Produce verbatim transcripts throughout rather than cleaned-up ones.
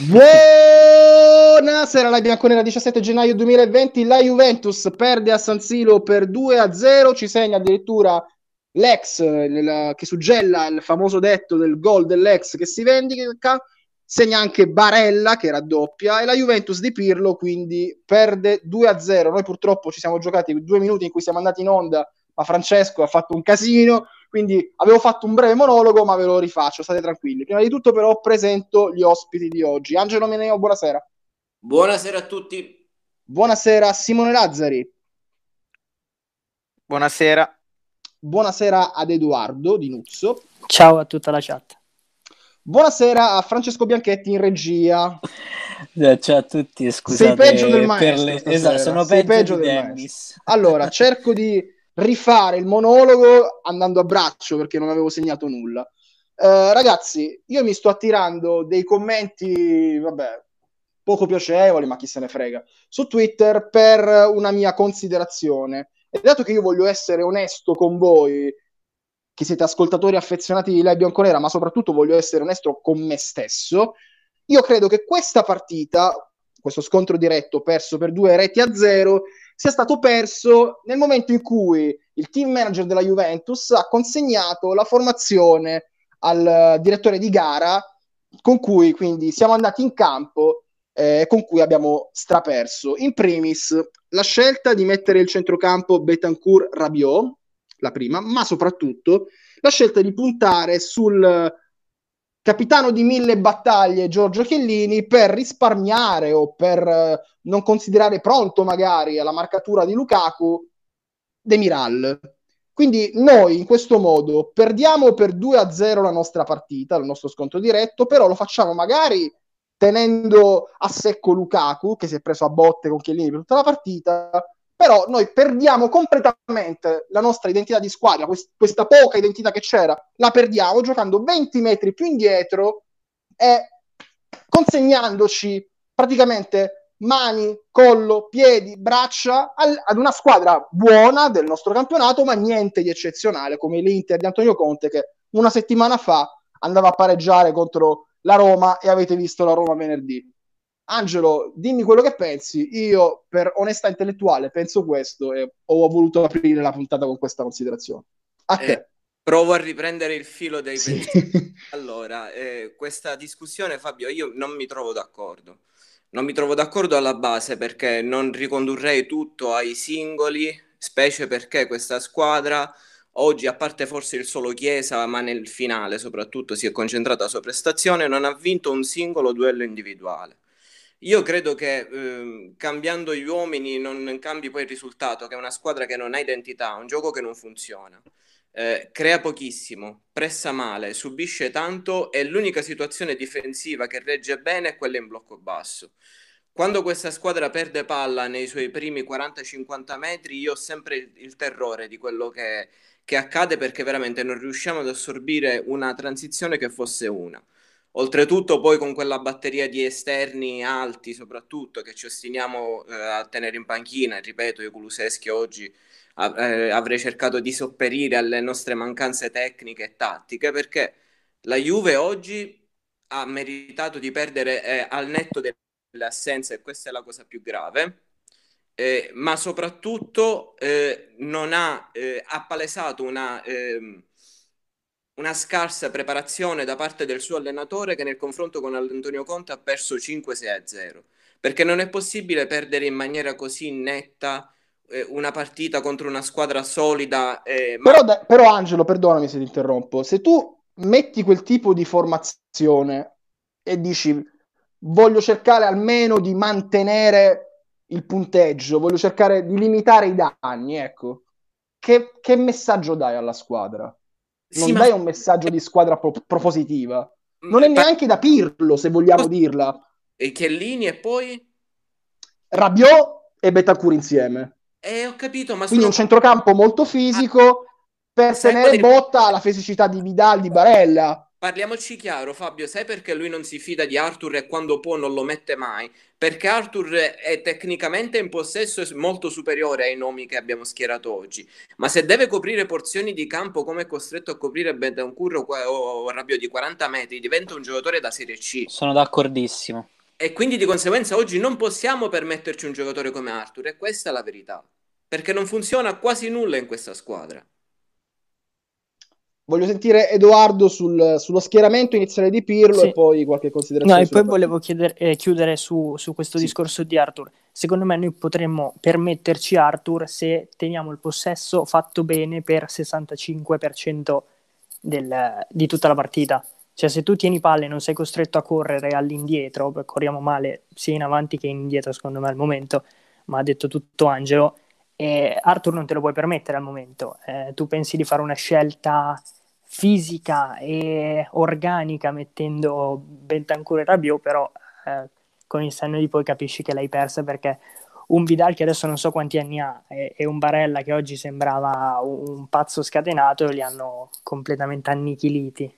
Buonasera, la bianconera, diciassette gennaio duemilaventi, la Juventus perde a San Siro per due a zero, ci segna addirittura l'ex, nella, che suggella il famoso detto del gol dell'ex che si vendica, segna anche Barella che raddoppia e la Juventus di Pirlo quindi perde due a zero. Noi purtroppo ci siamo giocati due minuti in cui siamo andati in onda, ma Francesco ha fatto un casino, quindi avevo fatto un breve monologo ma ve lo rifaccio, state tranquilli. Prima di tutto però presento gli ospiti di oggi. Angelo Meneo, buonasera. Buonasera a tutti. Buonasera Simone Lazzari. Buonasera. Buonasera ad Edoardo Di Nuzzo. Ciao a tutta la chat. Buonasera a Francesco Bianchetti in regia. Ciao a tutti, scusate. Sei peggio del maestro per le... stasera. Esatto, sono Sei peggio, peggio di del Dennis. maestro. Allora, cerco di rifare il monologo andando a braccio perché non avevo segnato nulla. Eh, ragazzi, io mi sto attirando dei commenti, vabbè, poco piacevoli, ma chi se ne frega, su Twitter per una mia considerazione. E dato che io voglio essere onesto con voi, che siete ascoltatori affezionati di Lei Bianconera, ma soprattutto voglio essere onesto con me stesso, io credo che questa partita, questo scontro diretto perso per due reti a zero, sia stato perso nel momento in cui il team manager della Juventus ha consegnato la formazione al direttore di gara, con cui quindi siamo andati in campo e eh, con cui abbiamo straperso. In primis, la scelta di mettere il centrocampo Betancourt-Rabiot, la prima, ma soprattutto la scelta di puntare sul capitano di mille battaglie Giorgio Chiellini per risparmiare o per eh, non considerare pronto magari alla marcatura di Lukaku Demiral. Quindi noi in questo modo perdiamo per due a zero la nostra partita, il nostro scontro diretto, però lo facciamo magari tenendo a secco Lukaku che si è preso a botte con Chiellini per tutta la partita, però noi perdiamo completamente la nostra identità di squadra, quest- questa poca identità che c'era, la perdiamo giocando venti metri più indietro e consegnandoci praticamente mani, collo, piedi, braccia al- ad una squadra buona del nostro campionato, ma niente di eccezionale, come l'Inter di Antonio Conte che una settimana fa andava a pareggiare contro la Roma e avete visto la Roma venerdì. Angelo, dimmi quello che pensi. Io, per onestà intellettuale, penso questo e ho voluto aprire la puntata con questa considerazione. A te. Eh, provo a riprendere il filo dei Sì. pensieri. Allora, eh, questa discussione, Fabio, io non mi trovo d'accordo. Non mi trovo d'accordo alla base perché non ricondurrei tutto ai singoli, specie perché questa squadra oggi, a parte forse il solo Chiesa, ma nel finale soprattutto si è concentrata su prestazione, non ha vinto un singolo duello individuale. Io credo che ehm, cambiando gli uomini non cambi poi il risultato, che è una squadra che non ha identità, un gioco che non funziona. Eh, crea pochissimo, pressa male, subisce tanto e l'unica situazione difensiva che regge bene è quella in blocco basso. Quando questa squadra perde palla nei suoi primi quaranta cinquanta metri, io ho sempre il, il terrore di quello che, che accade perché veramente non riusciamo ad assorbire una transizione che fosse una. Oltretutto poi con quella batteria di esterni alti soprattutto che ci ostiniamo eh, a tenere in panchina, ripeto, io Kulusevski oggi av- eh, avrei cercato di sopperire alle nostre mancanze tecniche e tattiche perché la Juve oggi ha meritato di perdere eh, al netto delle assenze e questa è la cosa più grave. Eh, ma soprattutto eh, non ha, eh, ha palesato una, ehm, una scarsa preparazione da parte del suo allenatore che nel confronto con Antonio Conte ha perso cinque sei a zero perché non è possibile perdere in maniera così netta eh, una partita contro una squadra solida eh, ma... Però, da- però Angelo, perdonami se ti interrompo, se tu metti quel tipo di formazione e dici voglio cercare almeno di mantenere il punteggio, voglio cercare di limitare i danni, ecco, che, che messaggio dai alla squadra? Sì, Non ma dai un messaggio di squadra pro- propositiva. Non è mm, neanche da Pirlo, se vogliamo dirla. e Chiellini e poi Rabiot e Bentancur insieme. eh, ho capito ma Quindi sono un centrocampo molto fisico per sai qual tenere è... botta alla fisicità di Vidal, di Barella. Parliamoci chiaro, Fabio, sai perché lui non si fida di Arthur e quando può non lo mette mai? Perché Arthur è tecnicamente in possesso e molto superiore ai nomi che abbiamo schierato oggi. Ma se deve coprire porzioni di campo come è costretto a coprire Bentancur o, o Rabiot di quaranta metri, diventa un giocatore da Serie C. Sono d'accordissimo. E quindi di conseguenza oggi non possiamo permetterci un giocatore come Arthur, e questa è la verità, perché non funziona quasi nulla in questa squadra. Voglio sentire Edoardo sul, sullo schieramento iniziale di Pirlo e Sì. poi qualche No, considerazione e sulla poi partita. volevo chiedere- eh, chiudere su, su questo Sì. discorso di Arthur. Secondo me noi potremmo permetterci Arthur se teniamo il possesso fatto bene per sessantacinque per cento del- di tutta la partita. Cioè se tu tieni palle e non sei costretto a correre all'indietro, beh, corriamo male sia in avanti che indietro secondo me al momento, ma ha detto tutto Angelo, e Arthur non te lo puoi permettere al momento. Eh, tu pensi di fare una scelta fisica e organica mettendo Bentancur e Rabiot, però eh, con il senno di poi capisci che l'hai persa, perché un Vidal che adesso non so quanti anni ha e, e un Barella che oggi sembrava un, un pazzo scatenato li hanno completamente annichiliti.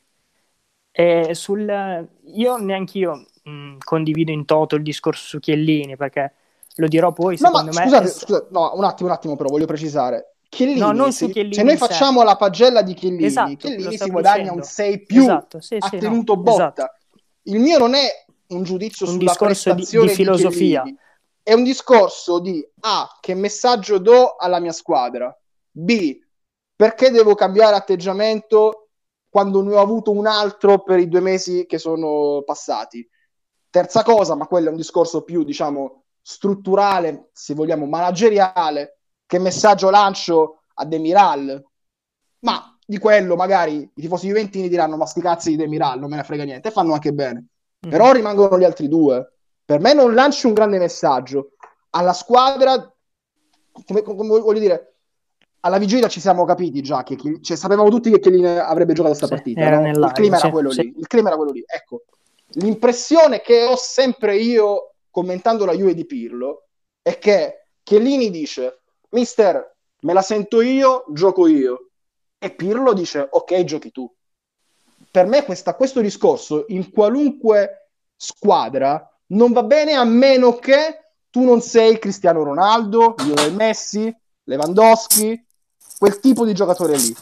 E sul, io neanche io mh, condivido in toto il discorso su Chiellini, perché lo dirò poi, No, ma secondo me è... scusate, scusate, no, un attimo, un attimo, però voglio precisare. No, Chiellini, non su se, se Chiellini noi in sé. facciamo la pagella di Chiellini, Esatto, lo Chiellini si stavo guadagna un dicendo. sei più, Esatto, sì, ha sì, no, tenuto esatto. botta. Il mio non è un giudizio Un sulla discorso di, di prestazione di filosofia. Chiellini, è un discorso di A, che messaggio do alla mia squadra, B, perché devo cambiare atteggiamento quando ne ho avuto un altro per i due mesi che sono passati. Terza cosa, ma quello è un discorso più, diciamo, strutturale, se vogliamo, manageriale, che messaggio lancio a Demiral? Ma di quello magari i tifosi juventini diranno ma sti cazzi di Demiral, non me ne frega niente, e fanno anche bene. Mm. Però rimangono gli altri due. Per me non lanci un grande messaggio alla squadra, come, come voglio dire, alla vigilia ci siamo capiti già che chi, cioè, sapevamo tutti che Chiellini avrebbe giocato questa Sì, partita, era no? Il nell'aria, clima era sì, quello sì. lì, il clima era quello lì. Ecco, l'impressione che ho sempre io commentando la Juve di Pirlo è che Chiellini dice mister, me la sento io, gioco io, e Pirlo dice ok, giochi tu. Per me questa, questo discorso in qualunque squadra non va bene a meno che tu non sei Cristiano Ronaldo, Lionel Messi, Lewandowski, quel tipo di giocatore lì.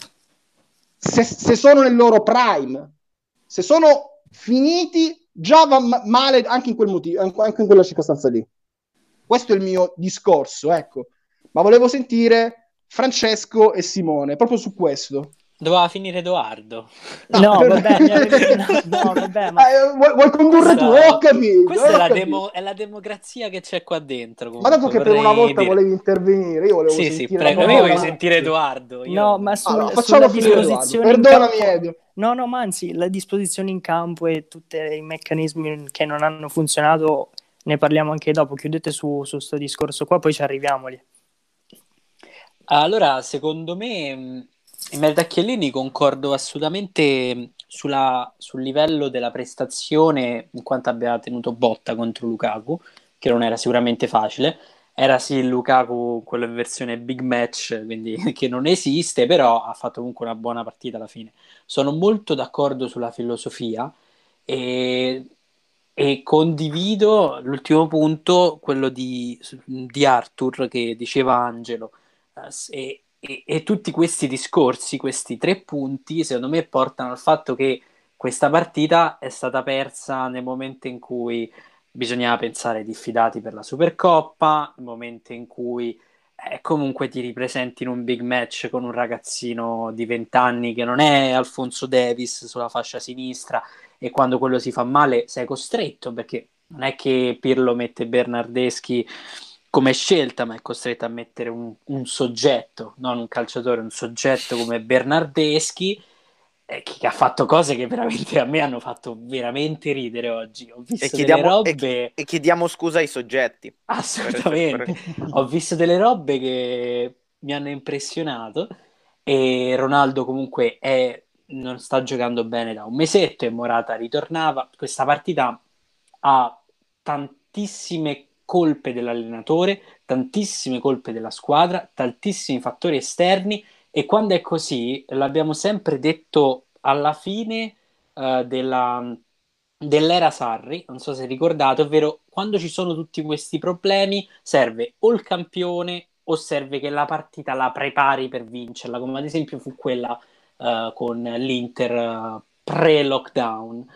Se, se sono nel loro prime, se sono finiti, già va male anche in, quel motivo, anche in quella circostanza lì. Questo è il mio discorso, ecco. Ma volevo sentire Francesco e Simone proprio su questo. Doveva finire Edoardo. Ah, No, per... vabbè, mi avevi... no, no, vabbè, ma... eh, vuoi, vuoi condurre tu? Questa, Ho capito, questa è, ho la capito. demo- è la democrazia che c'è qua dentro. Ma dato Comunque, che per una vorrei volta dire. volevi intervenire, io volevo Sì, sì, sentire la prego. tua No, io voglio opinione. sentire Edoardo. No, Io... ma sul- Allora, sulla facciamo finire Edoardo. disposizione in Perdonami, campo... Edo. No, no, ma anzi, la disposizione in campo e tutti i meccanismi che non hanno funzionato, ne parliamo anche dopo. Chiudete su, su sto discorso qua, poi ci arriviamo lì. Allora, secondo me, mh, in merito a Chiellini concordo assolutamente mh, sulla- sul livello della prestazione, in quanto abbia tenuto botta contro Lukaku, che non era sicuramente facile. Era sì il Lukaku, quello in versione big match, quindi che non esiste, però ha fatto comunque una buona partita alla fine. Sono molto d'accordo sulla filosofia e, e condivido l'ultimo punto, quello di, di Arthur, che diceva Angelo. E, e- e tutti questi discorsi, questi tre punti, secondo me portano al fatto che questa partita è stata persa nel momento in cui bisognava pensare diffidati per la Supercoppa, nel momento in cui eh, comunque ti ripresenti in un big match con un ragazzino di venti anni che non è Alfonso Davis sulla fascia sinistra, e quando quello si fa male sei costretto, perché non è che Pirlo mette Bernardeschi come scelta, ma è costretto a mettere un, un soggetto, non un calciatore, un soggetto come Bernardeschi, eh, che, che ha fatto cose che veramente a me hanno fatto veramente ridere oggi. Ho E visto delle chiediamo, e, robe... e chiediamo scusa ai soggetti. Assolutamente. Per- per- Ho visto delle robe che mi hanno impressionato, e Ronaldo comunque è- non sta giocando bene da un mesetto e Morata ritornava. Questa partita ha tantissime colpe dell'allenatore, tantissime colpe della squadra, tantissimi fattori esterni, e quando è così, l'abbiamo sempre detto alla fine eh, della, dell'era Sarri, non so se ricordate, ovvero quando ci sono tutti questi problemi serve o il campione o serve che la partita la prepari per vincerla, come ad esempio fu quella eh, con l'Inter eh, pre-lockdown.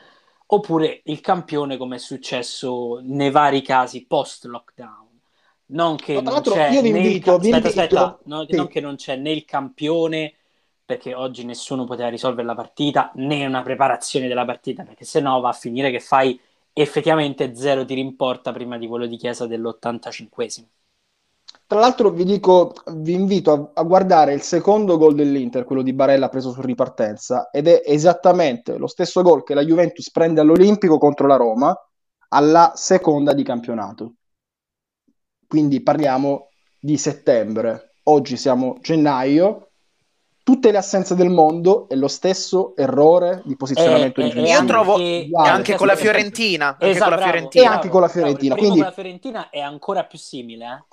oppure il campione come è successo nei vari casi post-lockdown. Non che No, tra non l'altro c'è io vi né il invito, ca- vi aspetta, invito, aspetta, no- non sì. che non c'è né il campione, perché oggi nessuno poteva risolvere la partita, né una preparazione della partita, perché sennò va a finire che fai effettivamente zero tiri in porta prima di quello di Chiesa dell'ottantacinquesimo. Tra l'altro vi dico, vi invito a, a guardare il secondo gol dell'Inter, quello di Barella preso su ripartenza, ed è esattamente lo stesso gol che la Juventus prende all'Olimpico contro la Roma alla seconda di campionato. Quindi parliamo di settembre. Oggi siamo gennaio, tutte le assenze del mondo e lo stesso errore di E, posizionamento e- e Io difensivo. trovo anche, e Uguale, anche anche con la tutte le aspetta, assenze. Fiorentina, anche con esatto, la bravo, E Fiorentina. anche bravo, con la bravo. Il Fiorentina. primo con Quindi la Fiorentina è ancora più simile, eh?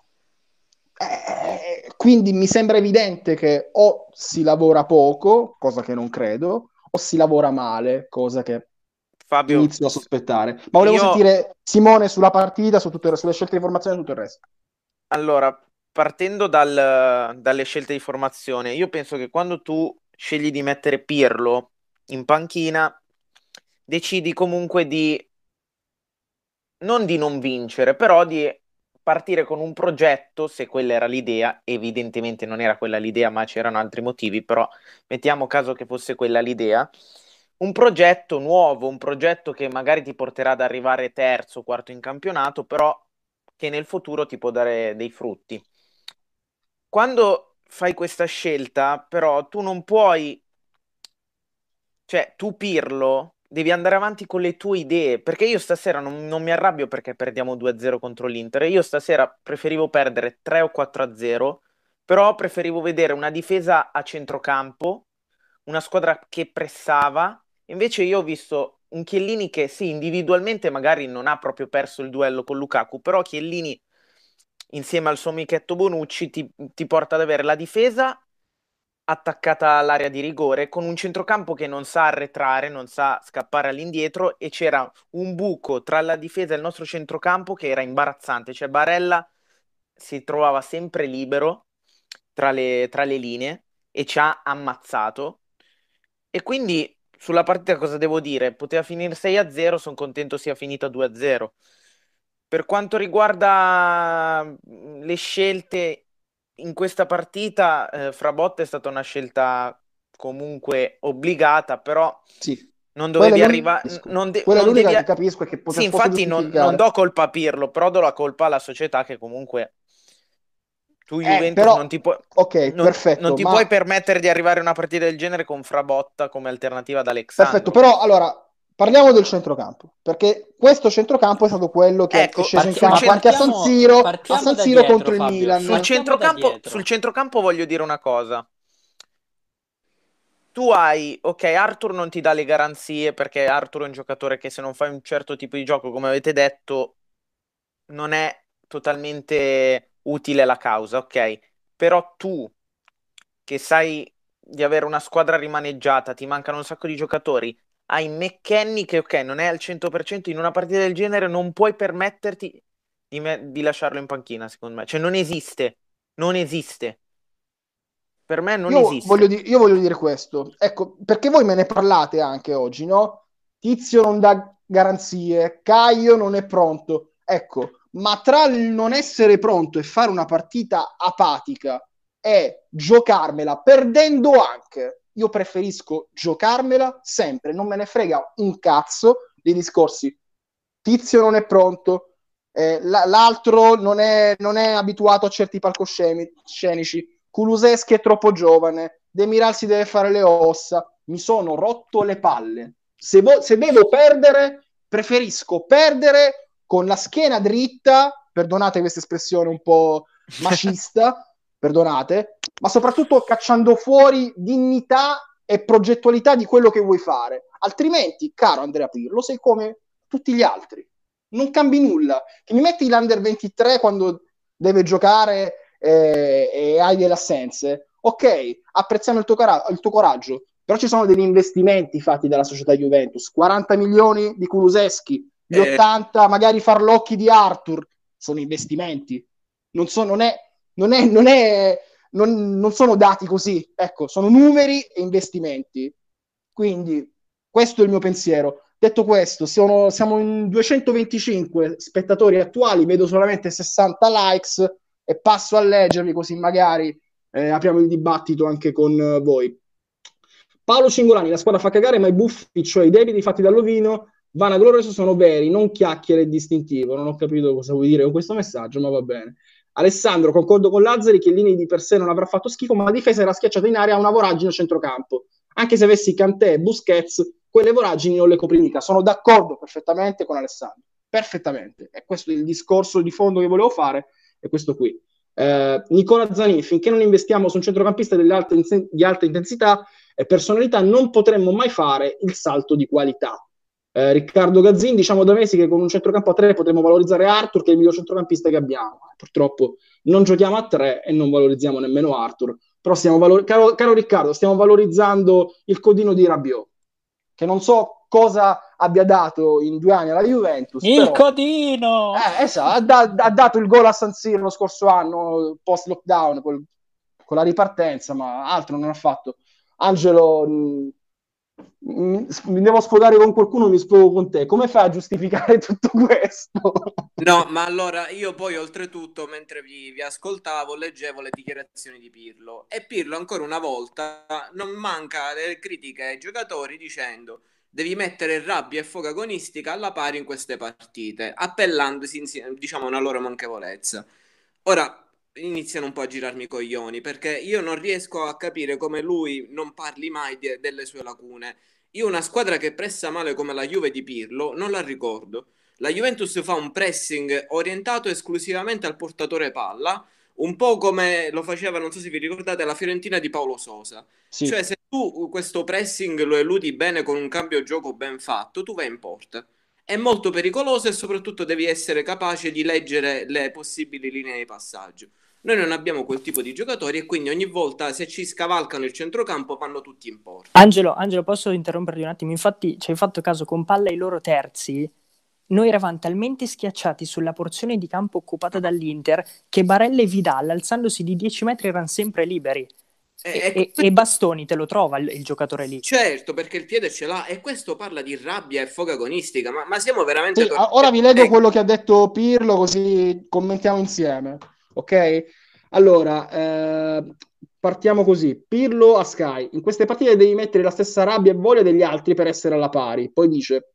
Eh, quindi mi sembra evidente che o si lavora poco, cosa che non credo, o si lavora male, cosa che Fabio, inizio a sospettare. Ma volevo io sentire Simone sulla partita, su tutto il- sulle scelte di formazione e tutto il resto. allora, partendo dal- dalle scelte di formazione, io penso che quando tu scegli di mettere Pirlo in panchina, decidi comunque di non di non vincere, però di partire con un progetto, se quella era l'idea, evidentemente non era quella l'idea, ma c'erano altri motivi, però mettiamo caso che fosse quella l'idea, un progetto nuovo, un progetto che magari ti porterà ad arrivare terzo, quarto in campionato, però che nel futuro ti può dare dei frutti. Quando fai questa scelta, però, tu non puoi, cioè, tu Pirlo, devi andare avanti con le tue idee, perché io stasera non, non mi arrabbio perché perdiamo due a zero contro l'Inter, io stasera preferivo perdere tre o quattro a zero, però preferivo vedere una difesa a centrocampo, una squadra che pressava, invece io ho visto un Chiellini che sì, individualmente magari non ha proprio perso il duello con Lukaku, però Chiellini insieme al suo amichetto Bonucci ti, ti porta ad avere la difesa attaccata all'area di rigore, con un centrocampo che non sa arretrare, non sa scappare all'indietro, e c'era un buco tra la difesa e il nostro centrocampo che era imbarazzante, cioè Barella si trovava sempre libero tra le, tra le linee e ci ha ammazzato. E quindi sulla partita cosa devo dire? Poteva finire sei a zero, sono contento sia finita due a zero. Per quanto riguarda mh, le scelte in questa partita, eh, Frabotta è stata una scelta comunque obbligata, però Sì, non quella è dovevi l'unica arrivare, che capisco. non, de- Quella è non l'unica devi... che a- capisco e che Sì, pote- posso infatti non, non giustificare. do colpa a Pirlo, però do la colpa alla società che comunque tu Eh, Juventus però, non ti puoi, ok, non, non perfetto, ti puoi ma permettere di arrivare a una partita del genere con Frabotta come alternativa ad perfetto, Alexandro. però allora parliamo del centrocampo, perché questo centrocampo è stato quello che è Ecco, sceso in sul, Parti- ma campo cen- anche a San partiamo, Siro, a partiamo San da Siro dietro, contro il Fabio. sul Milan. Partiamo da centrocampo, sul dietro. centrocampo voglio dire una cosa. Tu hai, ok, Arthur non ti dà le garanzie perché Arthur è un giocatore che se non fai un certo tipo di gioco, come avete detto, non è totalmente utile alla causa, ok? Però tu, che sai di avere una squadra rimaneggiata, ti mancano un sacco di giocatori, hai McKennie che, ok, non è al cento per cento in una partita del genere, non puoi permetterti di, me- di lasciarlo in panchina, secondo me. Cioè, non esiste. Non esiste. Per me non Io voglio, esiste. di- io voglio dire questo, ecco, perché voi me ne parlate anche oggi, no? Tizio non dà garanzie, Caio non è pronto. Ecco, ma tra il non essere pronto e fare una partita apatica e giocarmela, perdendo anche, io preferisco giocarmela sempre, non me ne frega un cazzo dei discorsi. Tizio non è pronto, eh, l- l'altro non è, non è abituato a certi palcoscenici, Kuluseschi è troppo giovane, Demiral si deve fare le ossa, mi sono rotto le palle. Se, vo- se devo perdere, preferisco perdere con la schiena dritta, perdonate questa espressione un po' macista, perdonate, ma soprattutto cacciando fuori dignità e progettualità di quello che vuoi fare. Altrimenti, caro Andrea Pirlo, sei come tutti gli altri. Non cambi nulla. Che mi metti l'Under ventitré quando deve giocare eh, e hai delle assenze. Ok, apprezziamo il tuo, cara- il tuo coraggio, però ci sono degli investimenti fatti dalla società Juventus. quaranta milioni di Kuluseschi, gli Eh, ottanta magari farlocchi di Arthur, sono investimenti. Non, so, non, è, non, è, non, è, non, non sono dati così. Ecco, sono numeri e investimenti. Quindi questo è il mio pensiero. detto questo, sono, siamo in duecentoventicinque spettatori attuali, vedo solamente sessanta likes e passo a leggervi così magari eh, apriamo il dibattito anche con uh, voi. Paolo Cingolani, la squadra fa cagare, ma i buffi, cioè i debiti fatti dall'Ovino, vanaglorioso, sono veri, non chiacchiere e distintivo. Non ho capito cosa vuoi dire con questo messaggio, ma va bene. Alessandro, concordo con Lazzari che Chiellini di per sé non avrà fatto schifo, ma la difesa era schiacciata in area a una voragine a centrocampo. Anche se avessi Kanté e Busquets, quelle voragini non le copri mica. Sono d'accordo perfettamente con Alessandro, perfettamente. E questo è il discorso di fondo che volevo fare, è questo qui. Eh, Nicola Zanin, finché non investiamo su un centrocampista alte, di alta intensità e personalità, non potremmo mai fare il salto di qualità. Eh, Riccardo Gazzin, diciamo da mesi che con un centrocampo a tre potremmo valorizzare Arthur, che è il miglior centrocampista che abbiamo. Purtroppo non giochiamo a tre e non valorizziamo nemmeno Arthur. Però stiamo valor- caro, caro Riccardo, stiamo valorizzando il codino di Rabiot, che non so cosa abbia dato in due anni alla Juventus. Il però, codino! Eh, esatto, ha, da- ha dato il gol a San Siro lo scorso anno, post lockdown, col- con la ripartenza, ma altro non ha fatto. Angelo, mh, mh, mi devo sfogare con qualcuno, mi sfogo con te. Come fai a giustificare tutto questo? No, ma allora io poi oltretutto, mentre vi, vi ascoltavo, leggevo le dichiarazioni di Pirlo e Pirlo ancora una volta non manca le critiche ai giocatori dicendo devi mettere rabbia e foga agonistica alla pari in queste partite, appellandosi insieme, diciamo, a una loro manchevolezza. Ora iniziano un po' a girarmi i coglioni perché io non riesco a capire come lui non parli mai di- delle sue lacune. Io una squadra che pressa male come la Juve di Pirlo non la ricordo. La Juventus fa un pressing orientato esclusivamente al portatore palla, un po' come lo faceva, non so se vi ricordate, la Fiorentina di Paolo Sosa. Sì. Cioè, se tu questo pressing lo eludi bene con un cambio gioco ben fatto, tu vai in porta. È molto pericoloso e soprattutto devi essere capace di leggere le possibili linee di passaggio. Noi non abbiamo quel tipo di giocatori e quindi ogni volta se ci scavalcano il centrocampo vanno tutti in porta. Angelo, Angelo, posso interromperti un attimo? Infatti ci hai fatto caso con palla ai loro terzi. Noi eravamo talmente schiacciati sulla porzione di campo occupata dall'Inter che Barella e Vidal, alzandosi di dieci metri, erano sempre liberi. E, E, e e, e Bastoni te lo trova il, il giocatore lì. certo, perché il piede ce l'ha e questo parla di rabbia e foga agonistica, ma, ma siamo veramente... Sì, tornati- ora vi leggo eh, quello che ha detto Pirlo, così commentiamo insieme. Ok? Allora, eh, partiamo così. Pirlo a Sky. In queste partite devi mettere la stessa rabbia e voglia degli altri per essere alla pari. Poi dice: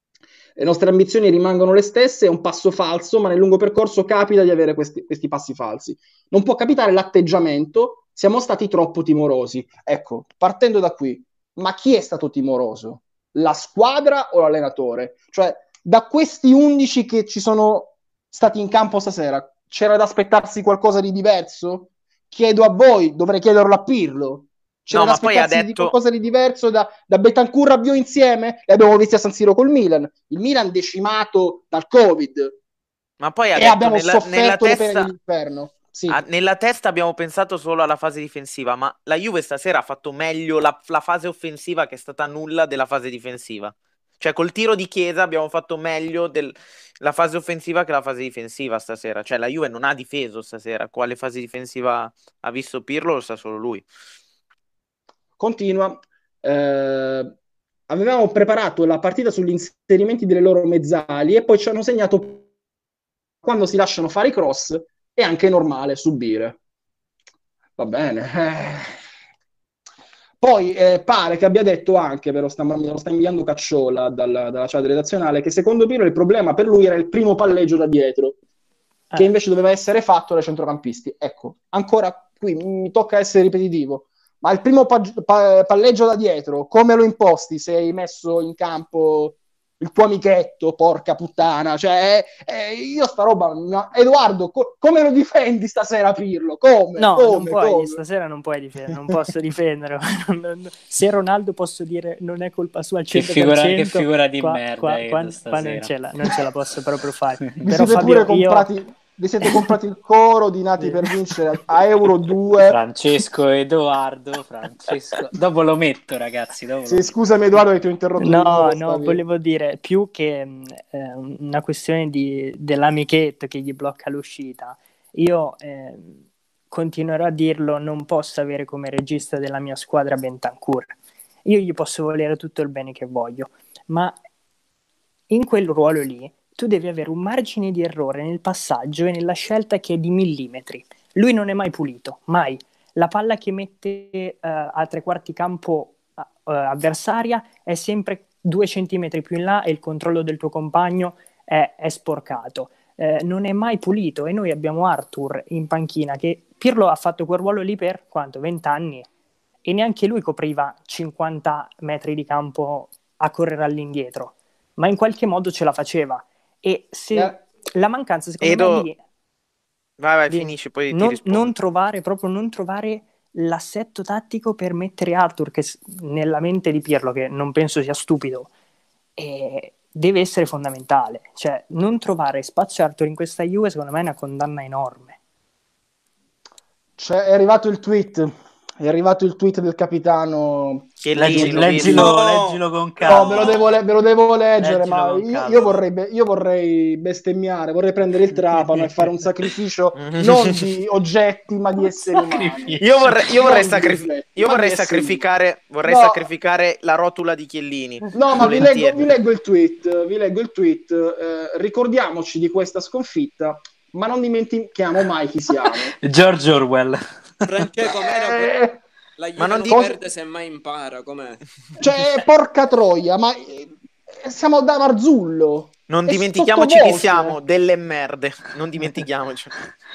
le nostre ambizioni rimangono le stesse, è un passo falso, ma nel lungo percorso capita di avere questi, questi passi falsi. Non può capitare l'atteggiamento, siamo stati troppo timorosi. Ecco, partendo da qui, ma chi è stato timoroso? La squadra o l'allenatore? Cioè, da questi undici che ci sono stati in campo stasera, c'era da aspettarsi qualcosa di diverso? Chiedo a voi, dovrei chiederlo a Pirlo. C'era No, da ma poi ha aspettarsi di detto... qualcosa di diverso da, da Bentancur a Bio insieme? Li abbiamo visti a San Siro col Milan. Il Milan decimato dal Covid. Ma poi ha E detto abbiamo nella, nella sofferto le pene testa... dell'inferno. Sì. Ah, nella testa abbiamo pensato solo alla fase difensiva, ma la Juve stasera ha fatto meglio la, la fase offensiva che è stata nulla della fase difensiva. Cioè col tiro di Chiesa abbiamo fatto meglio del, la fase offensiva che la fase difensiva stasera. Cioè la Juve non ha difeso stasera. Quale fase difensiva ha visto Pirlo lo sa solo lui. Continua. Eh, avevamo preparato la partita sugli inserimenti delle loro mezzali e poi ci hanno segnato quando si lasciano fare i cross. È anche normale subire. Va bene. Eh. Poi eh, pare che abbia detto anche, però sta, me lo sta inviando Cacciola dalla, dalla chat redazionale, che secondo Pirlo il problema per lui era il primo palleggio da dietro, che Eh. invece doveva essere fatto dai centrocampisti. Ecco, ancora qui mi tocca essere ripetitivo, ma il primo pa- pa- palleggio da dietro, come lo imposti se hai messo in campo il tuo amichetto, porca puttana, cioè eh, io sta roba, no. Edoardo, co- come lo difendi stasera Pirlo? Come? No, come? non puoi, come? stasera non puoi difendere, non posso difendere. Se Ronaldo posso dire non è colpa sua al Che cento per figura, che cento, figura di qua, merda qua, hai qua, fatto qua non, stasera. ce la, non ce la posso proprio fare. Vi Però siete Fabio, pure io... comprati, vi siete comprati il coro di Nati per vincere a Euro due. Francesco Edoardo, Francesco. Dopo lo metto, ragazzi. Dopo lo Sì, metto. scusami Edoardo che ti ho interrotto di No, nuovo. no, stavi- volevo dire più che mh, eh, una questione di, dell'amichetto che gli blocca l'uscita. Io eh, continuerò a dirlo, non posso avere come regista della mia squadra Bentancur. Io gli posso volere tutto il bene che voglio, ma in quel ruolo lì tu devi avere un margine di errore nel passaggio e nella scelta che è di millimetri. Lui non è mai pulito, mai. La palla che mette uh, a tre quarti campo uh, avversaria è sempre due centimetri più in là e il controllo del tuo compagno è, è sporcato. Eh, non è mai pulito, e noi abbiamo Arthur in panchina, che Pirlo ha fatto quel ruolo lì per quanto? venti anni, e neanche lui copriva cinquanta metri di campo a correre all'indietro, ma in qualche modo ce la faceva. E se Eh. la mancanza secondo Edo- me lì Vai, vai, di finisci, poi ti non, rispondo. non trovare proprio non trovare l'assetto tattico per mettere Arthur, che s- nella mente di Pirlo, che non penso sia stupido, eh, deve essere fondamentale. Cioè, non trovare spazio Arthur in questa Juve secondo me è una condanna enorme. Cioè, è arrivato il tweet, è arrivato il tweet del capitano. Chiellini, Leggi- l'ho leggilo, visto. No! leggilo con No, calma. ve lo devo, le- ve lo devo leggere, Leggilo ma con io, calma. io vorrei, be- io vorrei bestemmiare, vorrei prendere il trapano e fare un sacrificio non di oggetti, ma di esseri umani. Sacrificio. Io vorrei, io Non vorrei, di sacrifi- oggetti, io ma vorrei di esseri sacrificare, vorrei No. sacrificare la rotula di Chiellini. No, ma vi leggo, Volentieri. vi leggo il tweet, vi leggo il tweet. Eh, ricordiamoci di questa sconfitta, ma non dimentichiamo mai chi siamo. George Orwell. Francesco, com'era? Eh, La Juve Ma non non dico- perde se mai impara, com'è? cioè, porca troia, ma eh, siamo da Marzullo. Non È dimentichiamoci chi sottovoce. siamo, delle merde. Non dimentichiamoci.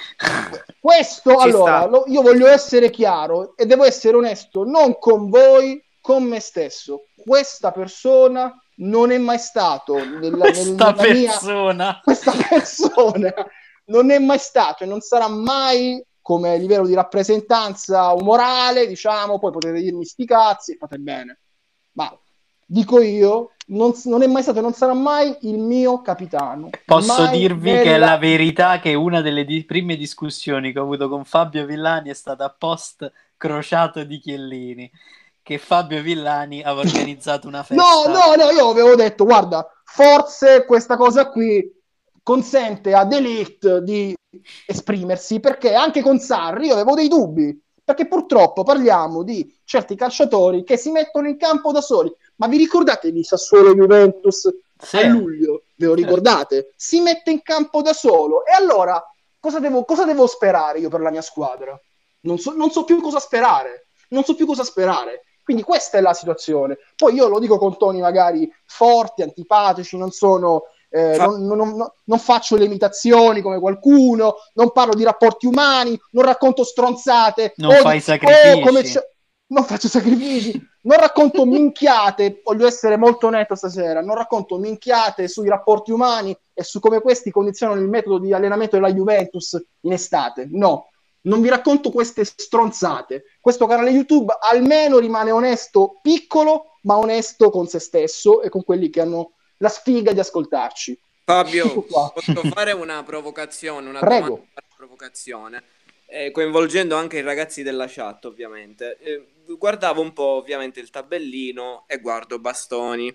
Questo, Ci allora, sta. lo- io voglio essere chiaro e devo essere onesto, non con voi, con me stesso. Questa persona non è mai stato nella, nel- Questa nella mia... persona. Questa persona non è mai stato e non sarà mai come livello di rappresentanza umorale, diciamo, poi potete dirmi sti cazzi, fate bene. Ma dico io, non, non è mai stato e non sarà mai il mio capitano. Posso Mai dirvi che è nella la verità vita. che una delle di- prime discussioni che ho avuto con Fabio Villani è stata post crociato di Chiellini, che Fabio Villani aveva organizzato una No, festa. no, no, io avevo detto, guarda, forse questa cosa qui consente a De Ligt di esprimersi, perché anche con Sarri io avevo dei dubbi, perché purtroppo parliamo di certi calciatori che si mettono in campo da soli. Ma vi ricordate di Sassuolo Juventus Sì. a luglio? Ve lo ricordate? Si mette in campo da solo. E allora cosa devo, cosa devo sperare io per la mia squadra? Non so, non so più cosa sperare. Non so più cosa sperare. Quindi questa è la situazione. Poi io lo dico con toni magari forti, antipatici, non sono... Eh, Fa- non, non- non- non faccio le imitazioni come qualcuno, non parlo di rapporti umani, non racconto stronzate, Non o di- fai o sacrifici. come c'è- non faccio sacrifici, non racconto minchiate, voglio essere molto netto stasera, non racconto minchiate sui rapporti umani e su come questi condizionano il metodo di allenamento della Juventus in estate. No, non vi racconto queste stronzate. Questo canale YouTube almeno rimane onesto, piccolo, ma onesto con se stesso e con quelli che hanno la sfiga di ascoltarci. Fabio, Tutto qua. posso fare una provocazione, una Prego. domanda una provocazione, eh, coinvolgendo anche i ragazzi della chat, ovviamente. Eh, guardavo un po', ovviamente, il tabellino e guardo Bastoni,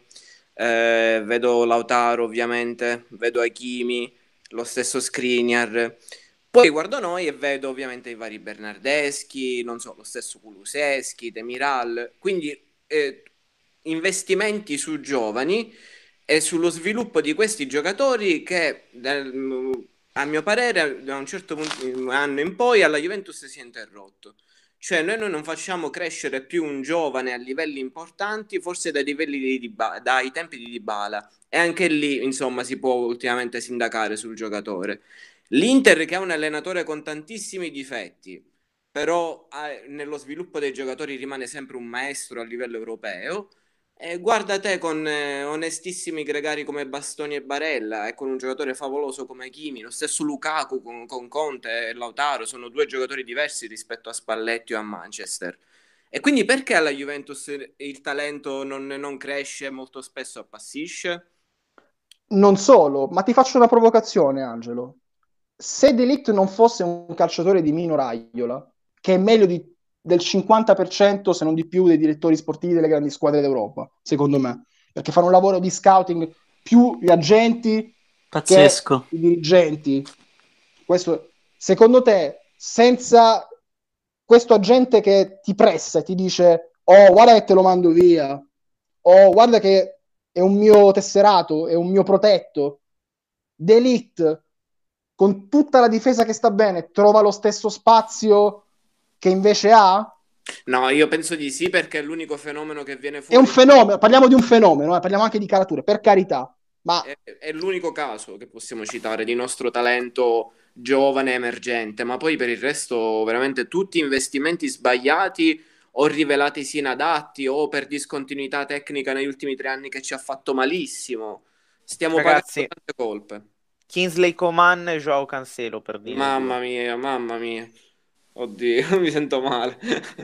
eh, vedo Lautaro, ovviamente, vedo Hakimi, lo stesso Skriniar. Poi guardo noi e vedo ovviamente i vari Bernardeschi, non so, lo stesso Kuluseschi, Demiral. Quindi eh, investimenti su giovani e sullo sviluppo di questi giocatori che, del- a mio parere, da un certo punto, anno in poi alla Juventus si è interrotto. Cioè noi, noi non facciamo crescere più un giovane a livelli importanti, forse dai livelli di Dyba- dai tempi di Dybala. E anche lì, insomma, si può ultimamente sindacare sul giocatore. L'Inter, che ha un allenatore con tantissimi difetti, però ha- nello sviluppo dei giocatori rimane sempre un maestro a livello europeo. E guarda te con eh, onestissimi gregari come Bastoni e Barella e con un giocatore favoloso come Hakimi, lo stesso Lukaku con, con Conte e Lautaro sono due giocatori diversi rispetto a Spalletti o a Manchester. E quindi perché alla Juventus il talento non, non cresce, molto spesso appassisce? Non solo, ma ti faccio una provocazione, Angelo. Se De Ligt non fosse un calciatore di Mino Raiola, che è meglio di- del cinquanta per cento, se non di più, dei direttori sportivi delle grandi squadre d'Europa, secondo me, perché fanno un lavoro di scouting più gli agenti Pazzesco. che i dirigenti. Questo, secondo te, senza questo agente che ti pressa e ti dice: oh, guarda che te lo mando via, oh, guarda che è un mio tesserato, è un mio protetto. De Ligt, con tutta la difesa che sta bene, trova lo stesso spazio che invece ha? No, io penso di sì, perché è l'unico fenomeno che viene È un fuori. fenomeno, parliamo di un fenomeno, eh, parliamo anche di carature, per carità, ma È, è l'unico caso che possiamo citare di nostro talento giovane emergente, ma poi per il resto veramente tutti investimenti sbagliati o rivelatisi inadatti o per discontinuità tecnica negli ultimi tre anni che ci ha fatto malissimo. Stiamo pagando Ragazzi, tante colpe. Kingsley Coman e Joao Cancelo, per dire Mamma due. mia, mamma mia. Oddio, mi sento male.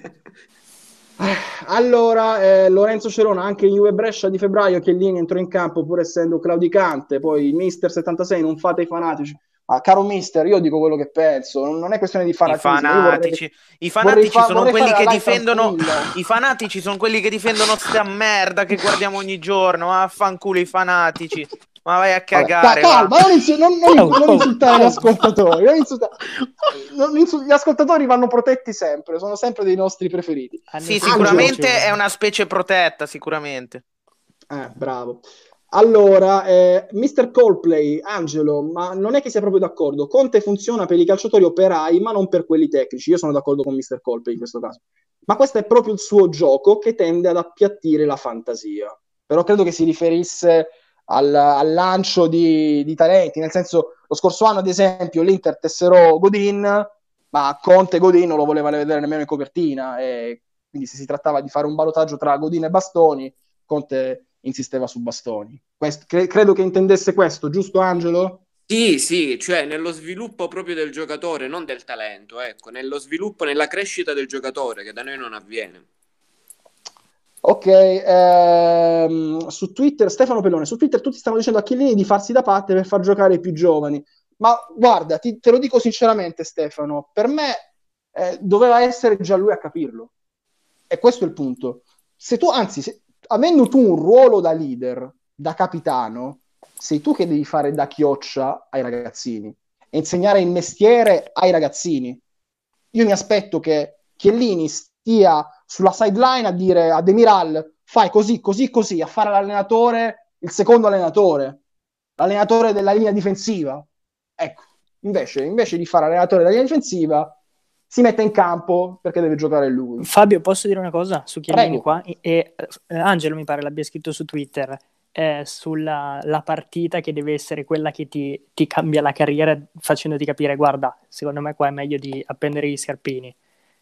Eh, allora, eh, Lorenzo Cerona, anche in Juve Brescia di febbraio, Chiellini entrò in campo pur essendo claudicante, poi Mister settantasei, non fate i fanatici. Ah, caro Mister, io dico quello che penso, non, non è questione di I fanatismo, io vorrei, fanatici, i vorrei, fanatici fa- sono vorrei quelli fare che la live difendono. tranquilla. I fanatici sono quelli che difendono sta merda che guardiamo ogni giorno. Affanculo i fanatici. Ma vai a Vabbè, ca- cagare, va. calma, non, insu- non- non- Oh, non oh, insultare gli oh. ascoltatori, non insulta- non insul- gli ascoltatori vanno protetti sempre, sono sempre dei nostri preferiti. Hanno Sì, sempre sicuramente Angelo. è ragione. una specie protetta, sicuramente. Eh, bravo. Allora, eh, mister Coldplay, Angelo, ma non è che sia proprio d'accordo. Conte funziona per i calciatori operai, ma non per quelli tecnici. Io sono d'accordo con mister Coldplay in questo caso. Ma questo è proprio il suo gioco che tende ad appiattire la fantasia. Però credo che si riferisse al, al lancio di, di talenti. Nel senso, lo scorso anno, ad esempio, l'Inter tesserò Godin, ma Conte Godin non lo voleva vedere nemmeno in copertina. E quindi se si trattava di fare un ballottaggio tra Godin e Bastoni, Conte insisteva su Bastoni. Quest- cre- credo che intendesse questo, giusto Angelo? Sì, sì, cioè nello sviluppo proprio del giocatore, non del talento, ecco, nello sviluppo, nella crescita del giocatore, che da noi non avviene. Ok, ehm, su Twitter, Stefano Pellone, su Twitter tutti stanno dicendo a Chiellini di farsi da parte per far giocare i più giovani. Ma guarda, ti- te lo dico sinceramente Stefano, per me eh, doveva essere già lui a capirlo. E questo è il punto. Se tu, anzi, se- avendo tu un ruolo da leader, da capitano, sei tu che devi fare da chioccia ai ragazzini e insegnare il mestiere ai ragazzini. Io mi aspetto che Chiellini stia sulla sideline a dire a Demiral fai così, così, così, a fare l'allenatore, il secondo allenatore, l'allenatore della linea difensiva. Ecco, invece, invece di fare l'allenatore della linea difensiva, si mette in campo perché deve giocare lui. Fabio, posso dire una cosa su Chiellini Prego. qua? E, e, eh, Angelo mi pare l'abbia scritto su Twitter eh, sulla la partita che deve essere quella che ti, ti cambia la carriera facendoti capire, guarda, secondo me qua è meglio di appendere gli scarpini.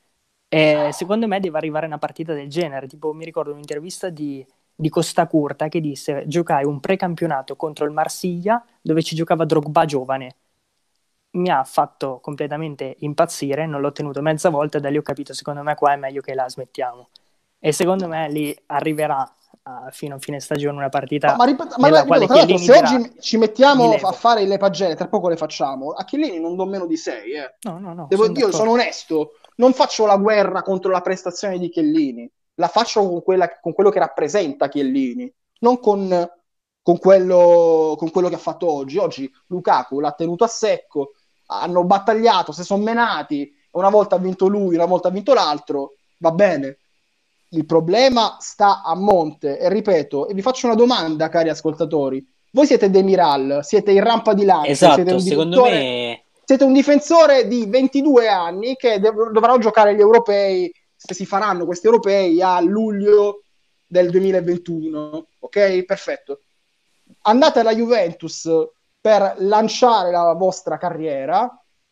E secondo me deve arrivare una partita del genere, tipo mi ricordo un'intervista di, di Costa Curta che disse giocai un precampionato contro il Marsiglia dove ci giocava Drogba giovane. Mi ha fatto completamente impazzire, non l'ho tenuto mezza volta e da lì ho capito, secondo me qua è meglio che la smettiamo. E secondo me lì arriverà a fino a fine stagione una partita No, ma, ripet- ma nella ripeto, quale tra l'altro, Chiellini se dirà oggi ci mi mettiamo levo. a fare le pagelle, tra poco le facciamo, a Chiellini non do meno di sei. Eh. No, no, no, Devo sono dire, io sono d'accordo. onesto, non faccio la guerra contro la prestazione di Chiellini, la faccio con, quella, con quello che rappresenta Chiellini, non con, con, quello, con quello che ha fatto oggi. Oggi Lukaku l'ha tenuto a secco, hanno battagliato, si sono menati, una volta ha vinto lui, una volta ha vinto l'altro, va bene. Il problema sta a monte e ripeto, e vi faccio una domanda, cari ascoltatori. Voi siete Demiral, siete in rampa di lancio, siete Esatto, un secondo difensore, me siete un difensore di ventidue anni che dov- dovranno giocare gli europei, se si faranno questi europei a luglio del duemilaventuno. Ok? Perfetto. Andate alla Juventus per lanciare la vostra carriera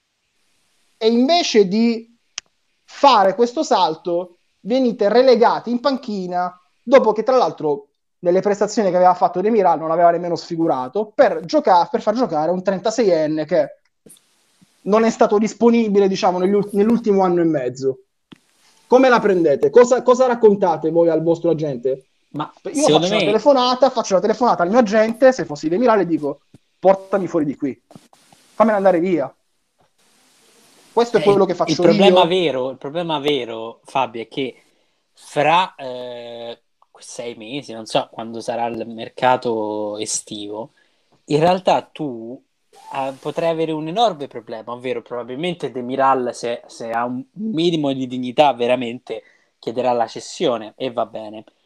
e invece di fare questo salto venite relegati in panchina dopo che tra l'altro nelle prestazioni che aveva fatto Demiral non aveva nemmeno sfigurato per, giocare, per far giocare un trentaseienne che non è stato disponibile diciamo nell'ultimo anno e mezzo. Come la prendete? Cosa, cosa raccontate voi al vostro agente? Ma Io secondo faccio una me telefonata, faccio una telefonata al mio agente, se fossi Demiral e dico portami fuori di qui, fammela andare via. Questo è eh, quello che il faccio problema io. vero, il problema vero, Fabio, è che fra eh, sei mesi, non so quando sarà il mercato estivo, in realtà tu eh, potrai avere un enorme problema, ovvero probabilmente Demiral, se, se ha un minimo di dignità, veramente chiederà la cessione e va bene.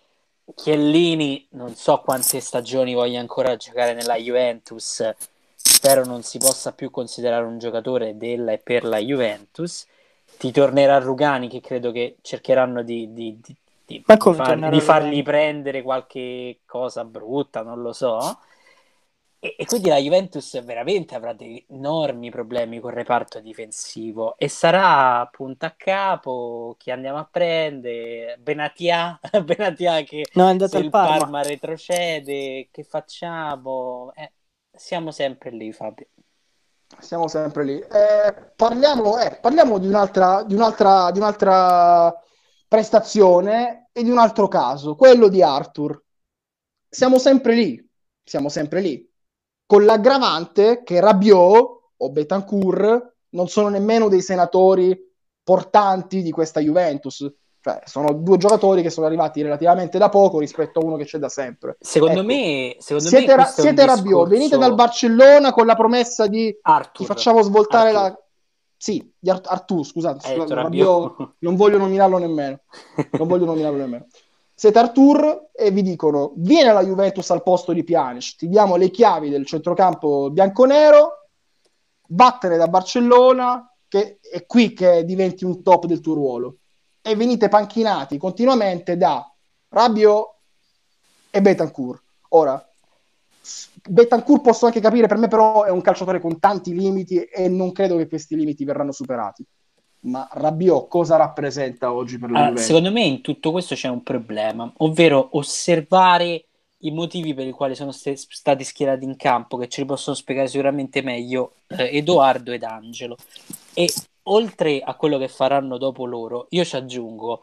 Chiellini non so quante stagioni voglia ancora giocare nella Juventus, spero non si possa più considerare un giocatore della e per la Juventus. Ti tornerà Rugani, che credo che cercheranno di, di, di, di, Ma di come far- tornerà di fargli Rugani? prendere qualche cosa brutta, non lo so. E, e quindi la Juventus veramente avrà dei enormi problemi col reparto difensivo e sarà punto a capo chi andiamo a prendere, Benatia, Benatia che No, è se andato al il Parma. Parma retrocede, che facciamo? Eh, siamo sempre lì, Fabio. Siamo sempre lì. Eh, parliamo, eh, parliamo di un'altra, di un'altra, di un'altra prestazione e di un altro caso, quello di Arthur. Siamo sempre lì, siamo sempre lì, con l'aggravante che Rabiot o Betancourt non sono nemmeno dei senatori portanti di questa Juventus. Cioè, sono due giocatori che sono arrivati relativamente da poco rispetto a uno che c'è da sempre. Secondo Ecco, me, secondo me siete, ra- questo è un siete Rabiot, venite dal discorso Barcellona con la promessa di ti Arthur, facciamo svoltare Arthur, la... Sì, di Art- Arthur, scusate, hai detto scusate, Rabiot. Rabiot, non voglio nominarlo nemmeno. Non voglio nominarlo nemmeno. Siete Arthur e vi dicono vieni alla Juventus al posto di Pjanic, ti diamo le chiavi del centrocampo bianconero, vattene da Barcellona, che è qui che diventi un top del tuo ruolo. E venite panchinati continuamente da Rabiot e Betancourt. Ora, Betancourt posso anche capire, per me però è un calciatore con tanti limiti e non credo che questi limiti verranno superati. Ma Rabiot cosa rappresenta oggi per la Uh, Juventus? secondo me in tutto questo c'è un problema, ovvero osservare i motivi per i quali sono st- stati schierati in campo, che ce li possono spiegare sicuramente meglio eh, Edoardo ed Angelo. E oltre a quello che faranno dopo loro, io ci aggiungo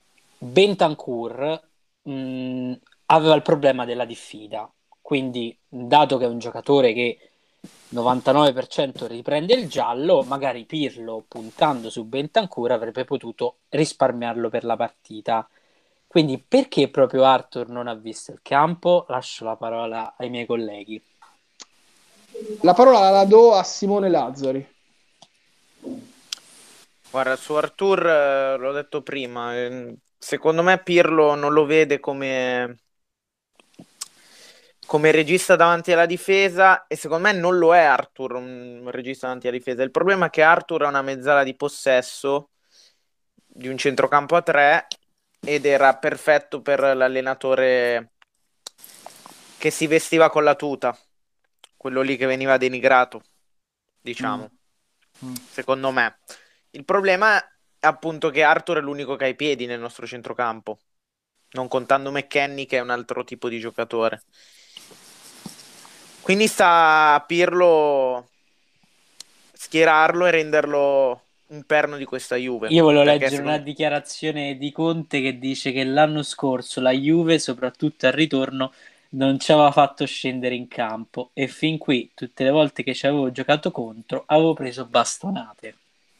Bentancur mh, aveva il problema della diffida, quindi dato che è un giocatore che novantanove per cento riprende il giallo, magari Pirlo puntando su Bentancur avrebbe potuto risparmiarlo per la partita. Quindi perché proprio Arthur non ha visto il campo? Lascio la parola ai miei colleghi. La parola la do a Simone Lazzari. Guarda, su Arthur eh, l'ho detto prima, eh, secondo me Pirlo non lo vede come, come regista davanti alla difesa e secondo me non lo è Arthur un regista davanti alla difesa. Il problema è che Arthur ha una mezzala di possesso di un centrocampo a tre ed era perfetto per l'allenatore che si vestiva con la tuta, quello lì che veniva denigrato, diciamo, Mm. Mm. secondo me. Il problema è appunto che Arthur è l'unico che ha i piedi nel nostro centrocampo, non contando McKennie che è un altro tipo di giocatore. Quindi sta a Pirlo schierarlo e renderlo un perno di questa Juve. Io volevo perché leggere secondo- una dichiarazione di Conte che dice che l'anno scorso la Juve, soprattutto al ritorno, non ci aveva fatto scendere in campo e fin qui, tutte le volte che ci avevo giocato contro, avevo preso bastonate.